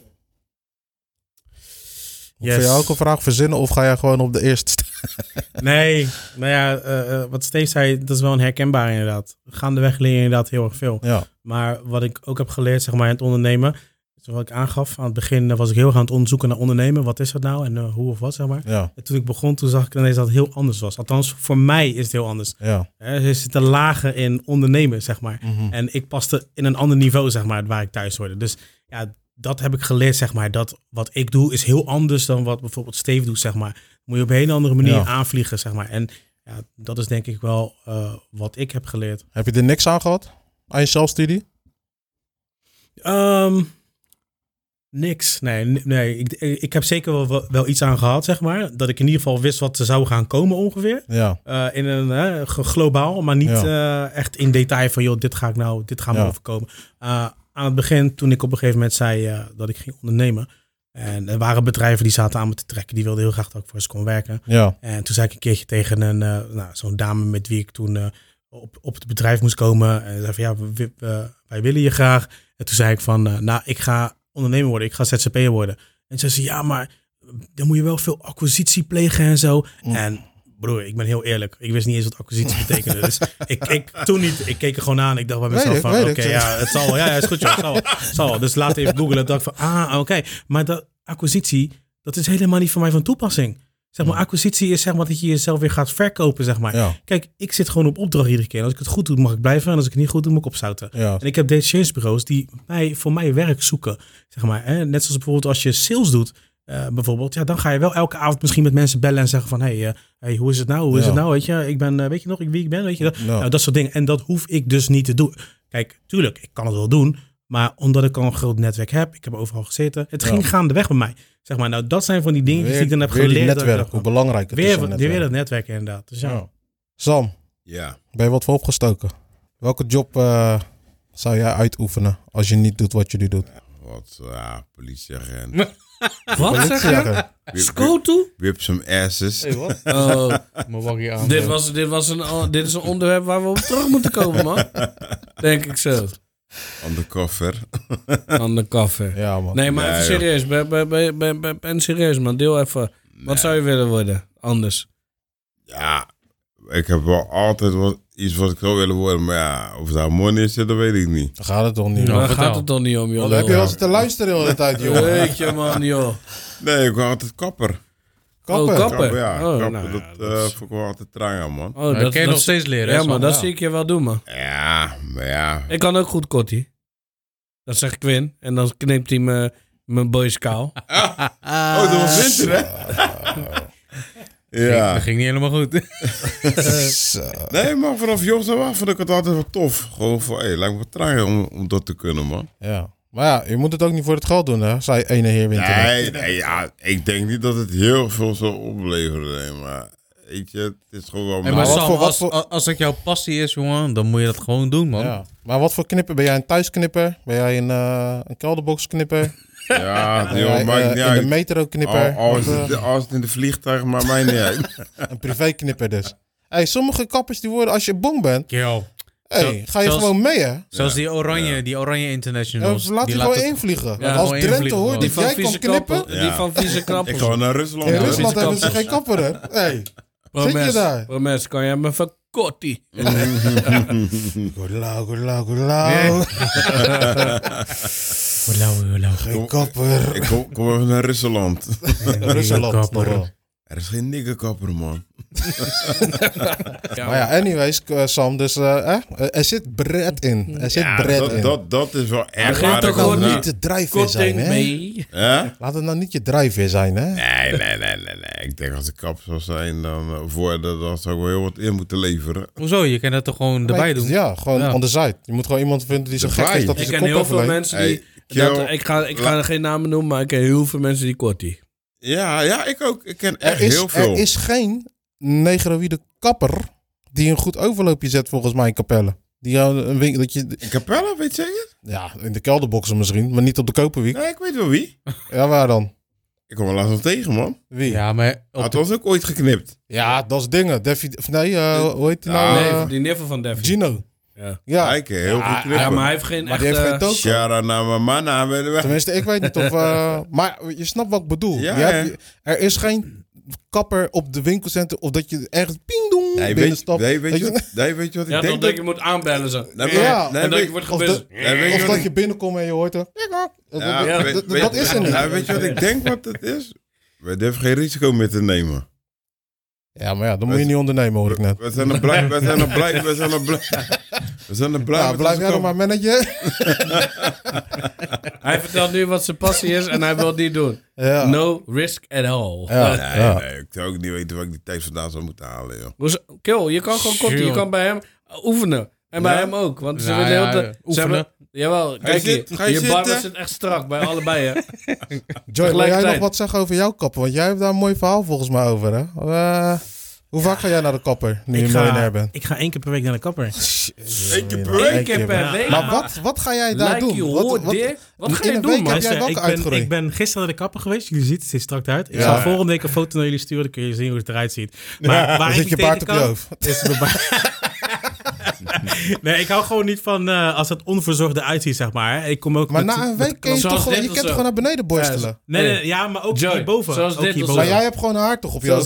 Yes. Voor jou ook een vraag verzinnen of ga jij gewoon op de eerste st- Nee, nou ja, uh, wat Steve zei, dat is wel een herkenbaar inderdaad. Gaandeweg leer je inderdaad heel erg veel. Ja. Maar wat ik ook heb geleerd, zeg maar, in het ondernemen, zoals ik aangaf, aan het begin was ik heel erg aan het onderzoeken naar ondernemen. Wat is dat nou en uh, hoe of wat, zeg maar. Ja. En toen ik begon, toen zag ik ineens dat het heel anders was. Althans, voor mij is het heel anders. Ja. Er zitten lagen in ondernemen, zeg maar. Mm-hmm. En ik paste in een ander niveau, zeg maar, waar ik thuis hoorde. Dus ja, dat heb ik geleerd, zeg maar. Dat wat ik doe is heel anders dan wat bijvoorbeeld Steve doet, zeg maar. Moet je op een hele andere manier ja. aanvliegen, zeg maar. En ja, dat is denk ik wel uh, wat ik heb geleerd. Heb je er niks aan gehad? Aan je zelfstudie? Um, niks. Nee, nee. Ik, ik heb zeker wel, wel iets aan gehad, zeg maar. Dat ik in ieder geval wist wat er zou gaan komen ongeveer. Ja. Uh, in een uh, globaal, maar niet ja. uh, echt in detail van, joh, dit ga ik nou, dit gaat me ja. overkomen. Uh, aan het begin, toen ik op een gegeven moment zei uh, dat ik ging ondernemen. En er waren bedrijven die zaten aan me te trekken. Die wilden heel graag dat ik voor ze kon werken. Ja. En toen zei ik een keertje tegen een, uh, nou, zo'n dame met wie ik toen uh, op, op het bedrijf moest komen. En zei van, ja, we, uh, wij willen je graag. En toen zei ik van, uh, nou, ik ga ondernemer worden. Ik ga Z Z P'er worden. En ze zei, ja, maar dan moet je wel veel acquisitie plegen en zo. Mm. En broer, ik ben heel eerlijk. Ik wist niet eens wat acquisitie betekende. Dus ik keek toen niet. Ik keek er gewoon aan. Ik dacht bij mezelf van, oké, okay, ja, het zal wel. Ja, ja, is goed, joh. Het zal wel. Het zal wel. Dus laat even googlen. Ik dacht van, ah, oké. Okay. Maar dat acquisitie, dat is helemaal niet voor mij van toepassing. Zeg maar, acquisitie is zeg maar dat je jezelf weer gaat verkopen, zeg maar. Ja. Kijk, ik zit gewoon op opdracht iedere keer. En als ik het goed doe, mag ik blijven. En als ik het niet goed doe, moet ik opzouten. Ja. En ik heb datachains-bureaus die mij, voor mij werk zoeken. Zeg maar, hè? Net zoals bijvoorbeeld als je sales doet, uh, bijvoorbeeld. Ja, dan ga je wel elke avond misschien met mensen bellen en zeggen van... Hé, hey, uh, hey, hoe is het nou? Hoe is Ja. het nou? Weet je, ik ben, uh, weet je nog wie ik ben? Weet je dat? Ja. Nou, dat soort dingen. En dat hoef ik dus niet te doen. Kijk, tuurlijk, ik kan het wel doen. Maar omdat ik al een groot netwerk heb, ik heb overal gezeten. Het ging Ja. gaandeweg bij mij. Zeg maar, nou, dat zijn van die dingen die Weer- ik dan heb weer die geleerd. netwerk, dat ik- hoe belangrijk het is. Weer, een weer, netwerk. weer dat netwerk inderdaad. Dus ja. Ja. Sam, Ja. ben je wat voor opgestoken? Welke job uh, zou jij uitoefenen als je niet doet wat je nu doet? Wat, ja, politieagent. Wat zeg je? Politieagent. Scoto? Whip some asses. Hey, wat? Oh, Mijn waggie aan. dit, was, dit, was een, oh, dit is een onderwerp waar we op terug moeten komen, man. Denk ik zo. Undercover. Aan de kaffe. Ja, man. Nee, maar Nee, even joh. serieus. Ben, ben, ben, ben, ben, ben serieus, man. Deel even. Wat zou je willen worden? Anders. Ja, ik heb wel altijd wat, iets wat ik zou willen worden. Maar ja, of het harmonie zit, dat weet ik niet. Daar gaat het toch niet Ja. om. Daar vertel. gaat het toch niet om, joh. Want dan heb je wel zitten luisteren de hele tijd, joh. Weet je, man, joh. Nee, ik wou altijd kapper. Kappen. Oh, kappen. Kapper, ja. Oh, kapper, nou, dat dat eh is- vond ik wel altijd traag aan, man. Oh, Dat dat kan je dat nog steeds leren, hè, Ja, maar Sam? dat Ja. zie ik je wel doen, man. Ja, maar ja. Ik kan ook goed kottie. Dat zegt Quinn. En dan knipt hij me- mijn boys kaal. Oh, dat was winter, hè? Ja. Dat ging niet helemaal goed. Zo. Nee, maar vanaf jongs af aan vond ik het altijd wel tof. Gewoon voor, hé, lijkt me wat traag om, om dat te kunnen, man. Ja. Maar ja, je moet het ook niet voor het geld doen, hè? Zei ene heer Winter. Nee, nee, ja, ik denk niet dat het heel veel zal opleveren, nee, maar weet je, het is gewoon wel... Hey, Maar maar wat Sam, voor- wat als, voor- als dat jouw passie is, jongen, dan moet je dat gewoon doen, man. Ja. Maar wat voor knipper? Ben jij een thuisknipper? Ben jij een, uh, een kelderboxknipper? Ja, Ben joh, jij, maakt uh, niet in uit. de metro-knipper? Al, als, Of, uh, het, als het in de vliegtuig, maakt mij niet uit. een privé-knipper dus. Hey, sommige kappers die worden, als je bong bent, Yo. hey, Zo- ga je zoals- gewoon mee, hè? Zoals Ja. die oranje, Ja. die oranje internationals. Ja, laat die die gewoon laten- invliegen. Ja, Want als gewoon Drenthe invliegen hoort gewoon. dat Die van jij kan vieze knippen, kappen. Die Ja. van vieze kappers. Ik ga naar Rusland. in hoor. Rusland vieze hebben ze kappers. geen kapper, hè? Hey, zit je Promes, daar? Promes, kan jij me verkotten? Goedelau, goedelau, goedelau. Geen kapper. Ik kom, kom even naar Rusland. Rusland. kapper. nog wel. Er is geen niggerkapper, man. Maar ja, anyways, k- Sam, dus uh, eh, er zit bread in. Er zit Ja, bread dat, in. dat, dat is wel echt Begint waar toch ik Laat gewoon het over niet na- de drijfveer zijn, Kotting hè? mee. Hè? Laat het nou niet je drijfveer zijn, hè? Nee, nee, nee, nee, nee. Ik denk als ik kap zou zijn, dan uh, voor dat, dan zou ik wel heel wat in moeten leveren. Hoezo? Je kan dat toch gewoon erbij doen? Ja, gewoon Ja. on the side. Je moet gewoon iemand vinden die zo gek Erbij. is dat hij Ik zijn ken kop heel veel overleeft. mensen die... Hey, dat, kill. ik ga, ik ga geen namen noemen, maar ik ken heel veel mensen die kottie. Ja, ja, ik ook. Ik ken Er echt is, heel veel. er is geen negroïde kapper die een goed overloopje zet volgens mij in Capelle. Die jou een winkel dat je... In Capelle, weet je zeker? Ja, in de kelderboxen misschien, maar niet op de Koperwiek. Nee, ik weet wel wie. Ja, waar dan? Ik kom er laatst nog tegen, man. Wie? Ja, Ja, maar op Had de- ons ook ooit geknipt. dat is dingen. Defi, of nee, uh, hoe heet die Ja, nou? Nee, Uh, die neef van Davy. Gino. Ja. Ja, Kijk, heel Ja, goed knippen. Ja, maar hij heeft geen maar die heeft echte... geen toko. Shara naar mijn man, weet je wel. Tenminste, ik weet niet of... uh, maar je snapt wat ik bedoel. Ja, Je hebt- ja. er is geen kapper op de winkelcentrum of dat je ergens ping dong Nee, weet, binnenstapt. nee, weet, Dat je, wat- nee, weet je wat ik Ja, denk? toch dat je moet aanbellen zo. Nee, Ja, nee, en dat weet- je wordt of gebuzzerd. nee, weet je Of wat dat ik- je binnenkomt en je hoort er... Ja, dat, weet- dat- weet- dat is er niet. Nou, weet je wat ik denk wat het is? We durven geen risico meer te nemen. Ja, maar ja, dat moet je niet ondernemen, hoor ik net. We zijn er blij, we zijn er blij, we zijn er blij. We zijn er blij Ja, met blijf onze jij nog kop. maar manager. Hij vertelt nu wat zijn passie is en hij wil die doen. Ja. No risk at all. Ja, Nee, ja. nee, ik zou ook niet weten waar ik die tijd vandaan zou moeten halen, joh. Hoezo- Kill, je kan gewoon kotten. Je kan bij hem oefenen. En bij Ja? hem ook. Want ze Nou willen ja, heel de, ze oefenen. hebben- Jawel, kijk zit- hier. ga je Je barber zitten? zit echt strak bij allebei, hè. Joy, wil jij Tegelijkertijd. nog wat zeggen over jouw kapper? Want jij hebt daar een mooi verhaal volgens mij over, hè? Uh, hoe vaak ga jij naar de kapper, nu je Ik miljonair ga, bent? ik ga één keer per week naar de kapper. Eén keer per Eén week? keer per ja. week? Maar wat, wat ga jij daar Like doen? you Wat, hoort wat, dit. Wat ga in je een doen, week man? heb jij Luister, welke ik, ben, uitgroeid? ik ben gisteren naar de kapper geweest. Jullie ziet, het ziet strak uit. Ik Ja. zal volgende week een foto naar jullie sturen. Dan kun je zien hoe het eruit ziet. Maar waar Dan ik zit je niet baard op tegen je kan, hoofd. is mijn baard. Nee, ik hou gewoon niet van uh, als het onverzorgd eruit ziet, zeg maar. Ik kom ook Maar met, na een met- week kun je zoals toch gewoon, dit je of kunt zo. gewoon naar beneden borstelen. Nee, nee, ja, maar ook Joy, hierboven. zoals ook dit of hierboven. Maar jij hebt gewoon een haar toch op je Zoals hoofd? dit.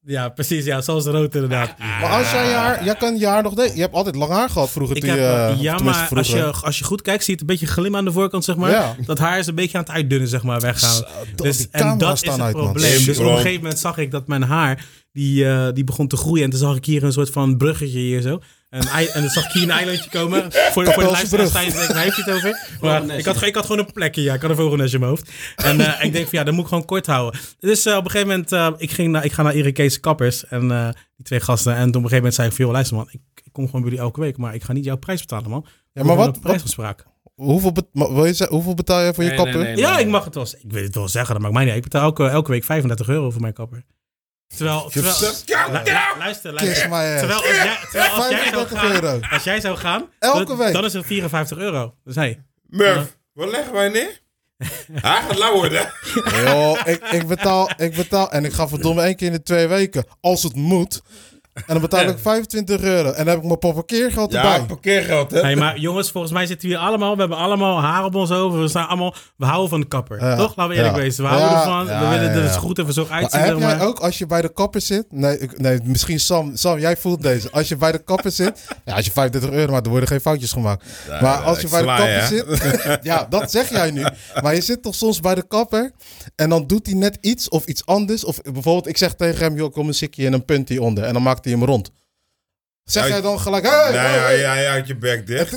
Ja, precies. Ja, zoals rood inderdaad. Maar als jij je haar... Jij kan je haar nog... De, je hebt altijd lang haar gehad vroeger. Ik toen heb, je, uh, uh, ja, maar als je, als je goed kijkt, zie je het een beetje glim aan de voorkant, zeg maar. Ja. Dat haar is een beetje aan het uitdunnen, zeg maar, weggaan. Zo, dus, en dat is het uit, probleem. Man. Dus op een gegeven moment zag ik dat mijn haar, die, uh, die begon te groeien. En toen zag ik hier een soort van bruggetje hier zo. En, en dan zag ik hier een eilandje komen. Voor, voor de luisteraars tijdens denk ik, waar heeft je het over? Maar ik, had, ik had gewoon een plekje, ja. Ik had een vogelnestje in mijn hoofd. En uh, ik denk van ja, dat moet ik gewoon kort houden. Dus uh, op een gegeven moment, uh, ik, ging naar, ik ga naar Irakees kappers. En uh, die twee gasten. En op een gegeven moment zei ik van joh, luister man. Ik, ik kom gewoon bij jullie elke week. Maar ik ga niet jouw prijs betalen, man. Ja, maar wat? Prijsgespraak. Hoeveel, be- wil je zeggen, hoeveel betaal je voor nee, je kapper? Nee, nee, nee, ja, nee. ik mag het wel. Ik wil het wel zeggen, dat maakt mij niet. Ik betaal elke, elke week vijfendertig euro voor mijn kapper. Terwijl, terwijl lu- luister, luister. Terwijl als jij, terwijl als jij zou gaan, als jij zou gaan, elke dan, week. Dan is het vierenvijftig euro. Dus hey. Murph, uh, wat leggen wij neer? Hij gaat lauw worden. Yo, ik, ik, betaal, ik betaal en ik ga verdomme één keer in de twee weken, als het moet. En dan betaal ik vijfentwintig euro. En dan heb ik mijn parkeergeld erbij. Ja, parkeergeld, hè? Hey, maar jongens, volgens mij zitten we hier allemaal. We hebben allemaal haar op ons hoofd. We staan allemaal... We houden van de kapper. Ja, toch? Laten we eerlijk ja. wezen. We houden ja, ervan. Ja, we willen ja, ja. er goed en verzorgd uitzien. Maar heb jij maar. ook, als je bij de kapper zit... Nee, nee misschien Sam. Sam, jij voelt deze. Als je bij de kapper zit... Ja, als je vijfendertig euro maakt, dan worden geen foutjes gemaakt. Ja, maar als je bij sla, de kapper ja. zit... Ja, dat zeg jij nu. Maar je zit toch soms bij de kapper... En dan doet hij net iets of iets anders. Of bijvoorbeeld, ik zeg tegen hem... Joh, kom een sikje en een punt hieronder. En dan maakt hij hem rond. Zeg jij dan gelijk... Hey, nee, hey, ja, ja, uit je bek dicht.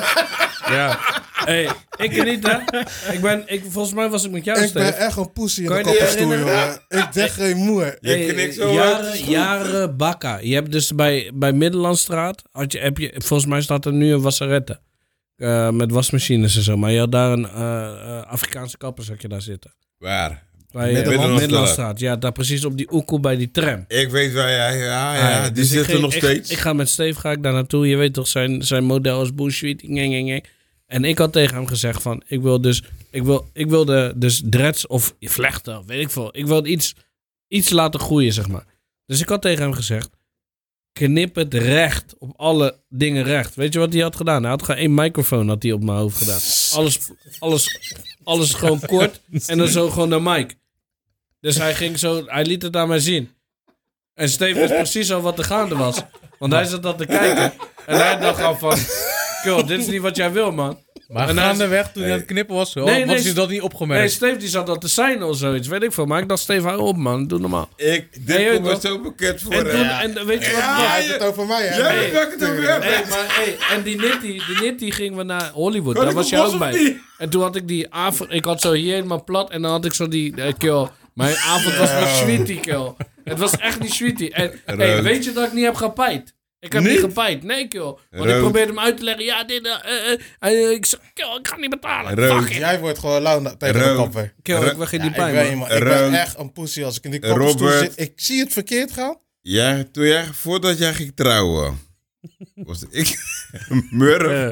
Ja. Hey, ik niet, hè. Ik ben... Ik, volgens mij was ik met jou, Ik Steve. ben echt een poesie in de kapperstoel, jongen. Ik zeg geen moer. Hey, je knikt zo jaren, jaren bakka. Je hebt dus bij, bij Middellandstraat... Had je, heb je, volgens mij staat er nu een wasserette. Uh, met wasmachines en zo. Maar je had daar een uh, uh, Afrikaanse kapper, zat je daar zitten. Waar? Bij Middellandstraat. Middellandstraat. Ja, daar precies op die oekel bij die tram. Ik weet waar jij... Ja, ja, ja, die dus zit er nog ik, steeds. Ik, ik ga met Steve ga ik daar naartoe. Je weet toch, zijn, zijn model is bullshit. En ik had tegen hem gezegd van... Ik wil dus... Ik, wil, ik wilde dus dreads of vlechten, weet ik veel. Ik wilde iets, iets laten groeien, zeg maar. Dus ik had tegen hem gezegd... Knip het recht. Op alle dingen recht. Weet je wat hij had gedaan? Hij had gewoon één microfoon had hij op mijn hoofd gedaan. Alles, alles, alles gewoon kort. En dan zo gewoon de mic. Dus hij ging zo... Hij liet het aan mij zien. En Steven wist precies al wat er gaande was. Want hij zat dat te kijken. En hij dacht al van... Cool, dit is niet wat jij wil, man. Maar gaandeweg toen hij aan het knippen was, hoor, nee, nee, was hij dat niet opgemerkt? Nee, Steve die zat dat te zijn of zoiets, weet ik veel. Maar ik dacht, Steve, hou op, man. Doe normaal. Ik, dit hey, komt me zo bekend voor. En, toen, ja. en weet je wat... Ja, ja, je hebt het over mij, hè? Ja, hey, ik het over hem. Hey, maar, hey, en die Nitty, die Nitty gingen we naar Hollywood. Daar was je ook bij. Die? En toen had ik die avond... Ik had zo hier helemaal plat en dan had ik zo die... Uh, kill. Mijn avond was met sweetie, kill. Het was echt niet sweetie. En hey, weet je dat ik niet heb gepijt? Ik heb niet, niet gepijt. Nee, kill. Want Rood. Ik probeerde hem uit te leggen. Ja, dit... Uh, uh, uh, ik zeg, kill, ik ga niet betalen. Fuck Jij wordt gewoon lauw tegen Rood. de kapper. Kill, ik ben geen die pijn, ja, ik, weet, man. Ik ben echt een poesie als ik in die kapperstoel zit. Ik zie het verkeerd gaan. Ja, toen jij, voordat jij ging trouwen... was ik... Murph. Uh.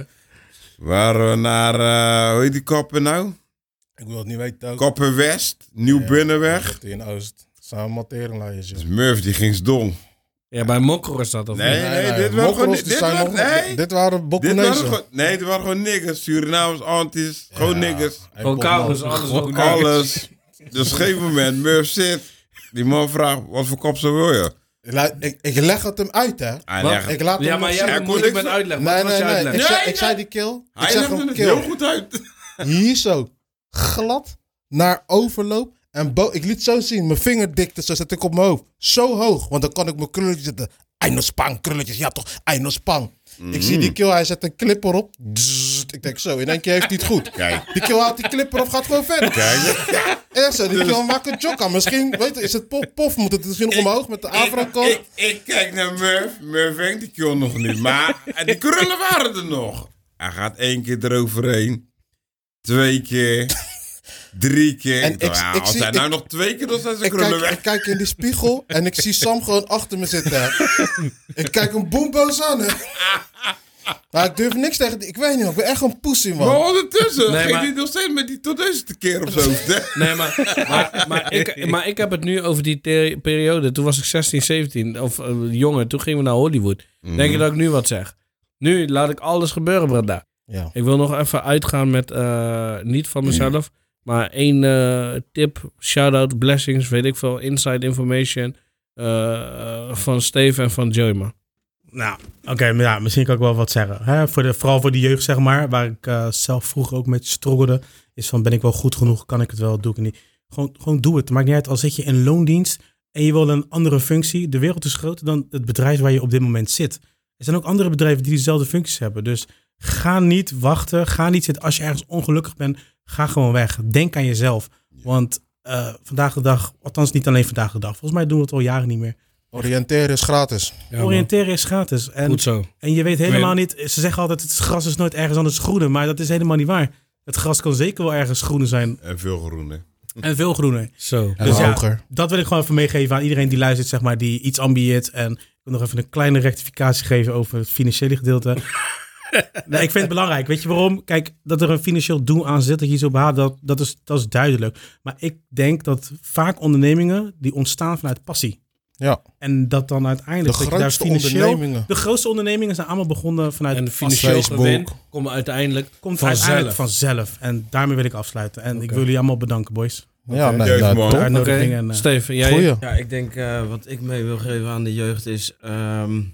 Waren we naar... Uh, hoe heet die kapper nou? Ik wil het niet weten ook. Kapper West. Nieuw ja, Binnenweg. In Oost. Samen materinglaaien. Dus Murph, die ging sdom. Ja, bij Mokro is dat of nee, niet? Nee, nee, dit waren gewoon... Dit waren, nee, dit waren Bokkonezen. Nee, dit waren gewoon niggers. Surinamers, antis. Ja, gewoon niggers. Gewoon kouwers, alles. Gewoon alles. Dus op een gegeven moment, Murph zit. Die man vraagt, wat voor kapsel wil je? Ik, ik leg het hem uit, hè. Leg ik laat ja, hem maar jij ja, moet ik met uitleg. Nee, nee, nee. Uitleg? Ik, zei, nee, ik zei die kill. Hij ik zeg legde hem het kill. heel goed uit. Hier zo. Glad. Naar overloop. En bo- ik liet zo zien. Mijn vingerdikte, zo zet ik op mijn hoofd. Zo hoog. Want dan kan ik mijn krulletjes zetten. Einospang, krulletjes. Ja toch, Einospang. Mm-hmm. Ik zie die kill, hij zet een clipper op. Dzz, ik denk zo, in één keer heeft hij het goed. Kijk. Die kill haalt die clipper op, gaat gewoon verder. Kijk. En zo, die kill maakt een jog aan. Misschien, weet je, is het pof, pof moet het misschien nog omhoog met de afro-kant. Ik, ik, ik kijk naar Murph. Murph hangt die kill nog niet. Maar die krullen waren er nog. Hij gaat één keer eroverheen. Twee keer. Drie keer. En ik, ja, ik als zie, hij nou ik, nog twee keer, dan zijn zijn krullen weg. Ik kijk in die spiegel en ik zie Sam gewoon achter me zitten. Ik kijk hem boemboos aan. Hè. Maar ik durf niks tegen die... Ik weet niet, ik ben echt een poesie, man. Maar ondertussen nee, ging hij nog steeds met die tot deze keer op zijn hoofd. Nee, maar, maar, maar, ik, maar ik heb het nu over die ter- periode. Toen was ik zestien, zeventien, of uh, jonger. Toen gingen we naar Hollywood. Mm. Denk je dat ik nu wat zeg? Nu laat ik alles gebeuren, brada. Ja. Ik wil nog even uitgaan met... Uh, niet van mezelf... Mm. Maar één uh, tip, shout-out, blessings, weet ik veel, inside information. uh, van Steve en van Joey, man. Nou, oké, okay, maar ja, misschien kan ik wel wat zeggen. Hè? Voor de, vooral voor de jeugd, zeg maar, waar ik uh, zelf vroeger ook met struggelde, is van, ben ik wel goed genoeg, kan ik het wel, doe ik het niet. Gewoon, gewoon doe het. Het maakt niet uit, al zit je in loondienst en je wil een andere functie. De wereld is groter dan het bedrijf waar je op dit moment zit. Er zijn ook andere bedrijven die dezelfde functies hebben. Dus ga niet wachten, ga niet zitten. Als je ergens ongelukkig bent, ga gewoon weg. Denk aan jezelf. Want uh, vandaag de dag, althans niet alleen vandaag de dag. Volgens mij doen we het al jaren niet meer. Oriënteren is gratis. Ja, Oriënteren is gratis. En, Goed zo. En je weet helemaal niet, ze zeggen altijd het gras is nooit ergens anders groener. Maar dat is helemaal niet waar. Het gras kan zeker wel ergens groener zijn. En veel groener. En veel groener. Zo. En dus hoger. Ja, dat wil ik gewoon even meegeven aan iedereen die luistert, zeg maar, die iets ambieert. En ik wil nog even een kleine rectificatie geven over het financiële gedeelte. Nee, ik vind het belangrijk. Weet je waarom? Kijk, dat er een financieel doel aan zit, dat je iets op haalt, dat, dat, is, dat is duidelijk. Maar ik denk dat vaak ondernemingen, die ontstaan vanuit passie. Ja. En dat dan uiteindelijk... De dat grootste je daar financieel, ondernemingen. De grootste ondernemingen zijn allemaal begonnen vanuit en financieel gewin komt uiteindelijk komt vanzelf. uiteindelijk vanzelf. En daarmee wil ik afsluiten. En okay. ik wil jullie allemaal bedanken, boys. Ja, okay. nee, nou, top. Okay. En, uh, Steven, jij? Goeie. Ja, ik denk uh, wat ik mee wil geven aan de jeugd is... Um,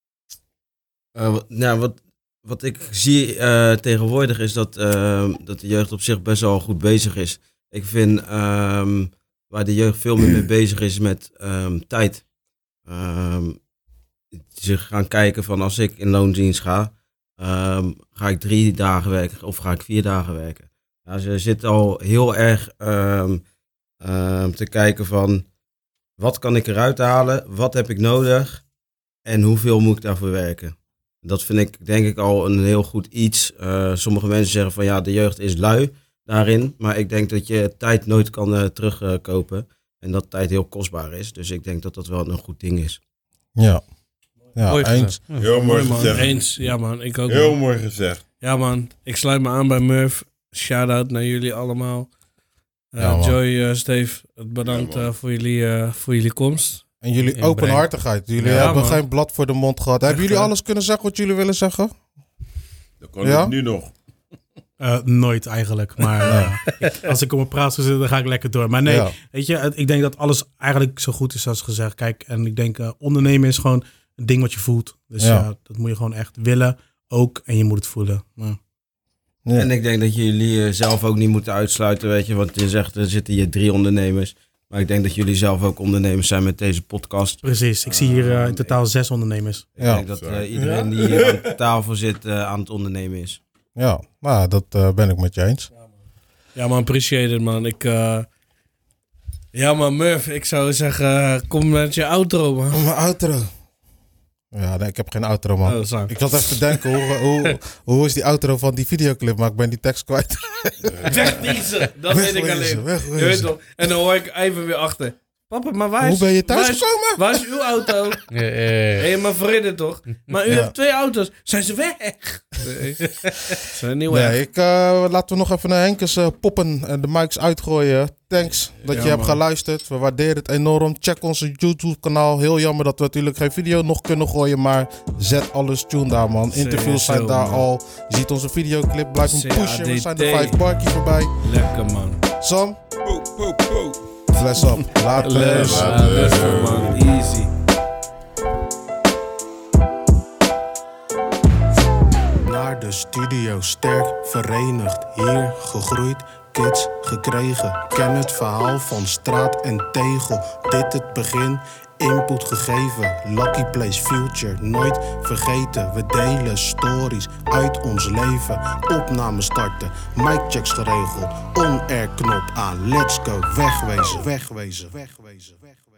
uh, wat, nou, wat, wat ik zie uh, tegenwoordig is dat, uh, dat de jeugd op zich best wel goed bezig is. Ik vind um, waar de jeugd veel meer mee bezig is met um, tijd. Um, ze gaan kijken van als ik in loondienst ga, um, ga ik drie dagen werken of ga ik vier dagen werken. Ja, ze zitten al heel erg um, um, te kijken van wat kan ik eruit halen, wat heb ik nodig en hoeveel moet ik daarvoor werken. Dat vind ik denk ik al een heel goed iets. Uh, sommige mensen zeggen van ja, de jeugd is lui daarin, maar ik denk dat je tijd nooit kan uh, terugkopen uh, en dat tijd heel kostbaar is. Dus ik denk dat dat wel een goed ding is. Ja, ja mooi eens. Ja, heel mooi man. gezegd. Eens, ja man, ik ook. Heel man. mooi gezegd. Ja man, ik sluit me aan bij Murph. Shout-out naar jullie allemaal. Uh, ja, Joy, uh, Steve, bedankt ja, uh, voor, jullie, uh, voor jullie komst. En jullie Inbreng. openhartigheid. Jullie ja, hebben man. geen blad voor de mond gehad. Echt, hebben jullie alles kunnen zeggen wat jullie willen zeggen? Dat kan ja? ik nu nog. Uh, nooit eigenlijk. Maar uh, ik, als ik op mijn praat zou zitten, dan ga ik lekker door. Maar nee, ja. weet je, ik denk dat alles eigenlijk zo goed is als gezegd. Kijk, en ik denk uh, ondernemen is gewoon een ding wat je voelt. Dus ja. ja, dat moet je gewoon echt willen ook. En je moet het voelen. Ja. Ja. En ik denk dat jullie uh, zelf ook niet moeten uitsluiten, weet je. Want je zegt, er zitten hier drie ondernemers. Maar ik denk dat jullie zelf ook ondernemers zijn met deze podcast. Precies, ik zie hier uh, in totaal zes ondernemers. Ik ja. denk dat uh, iedereen die hier aan tafel zit uh, aan het ondernemen is. Ja, nou, dat uh, ben ik met je eens. Ja man, appreciate it man. Ik, uh... Ja man, Murph, ik zou zeggen, kom met je outro man. Mijn outro? Ja, nee, ik heb geen outro man. Oh, ik zat even te denken, hoe, hoe, hoe is die outro van die videoclip, maar ik ben die tekst kwijt. Wegwezen, dat weet ik alleen. Wegwezen. Je weet toch? En dan hoor ik even weer achter. Papa, maar waar is... Hoe ben je thuis gekomen? Waar is uw auto? Hé, hey, hey, maar verridden toch? Maar u ja. hebt twee auto's. Zijn ze weg? Nee, zijn niet weg. Nee, ik, uh, laten we nog even naar Henkes uh, poppen en de mics uitgooien. Thanks dat ja, je man. hebt geluisterd. We waarderen het enorm. Check onze YouTube kanaal. Heel jammer dat we natuurlijk geen video nog kunnen gooien. Maar zet alles tune daar man. Interviews zijn daar man. al. Je ziet onze videoclip. Blijf hem pushen. We zijn de vijf Barkie voorbij. Lekker man. Sam? Po, po, po. Fles op. Later. Later man. Easy. Naar de studio sterk verenigd. Hier gegroeid. Kids gekregen, ken het verhaal van straat en tegel. Dit het begin, input gegeven. Lucky Place Future, nooit vergeten. We delen stories uit ons leven. Opname starten, mic checks geregeld. On-air knop aan, let's go. Wegwezen, wegwezen, wegwezen, wegwezen.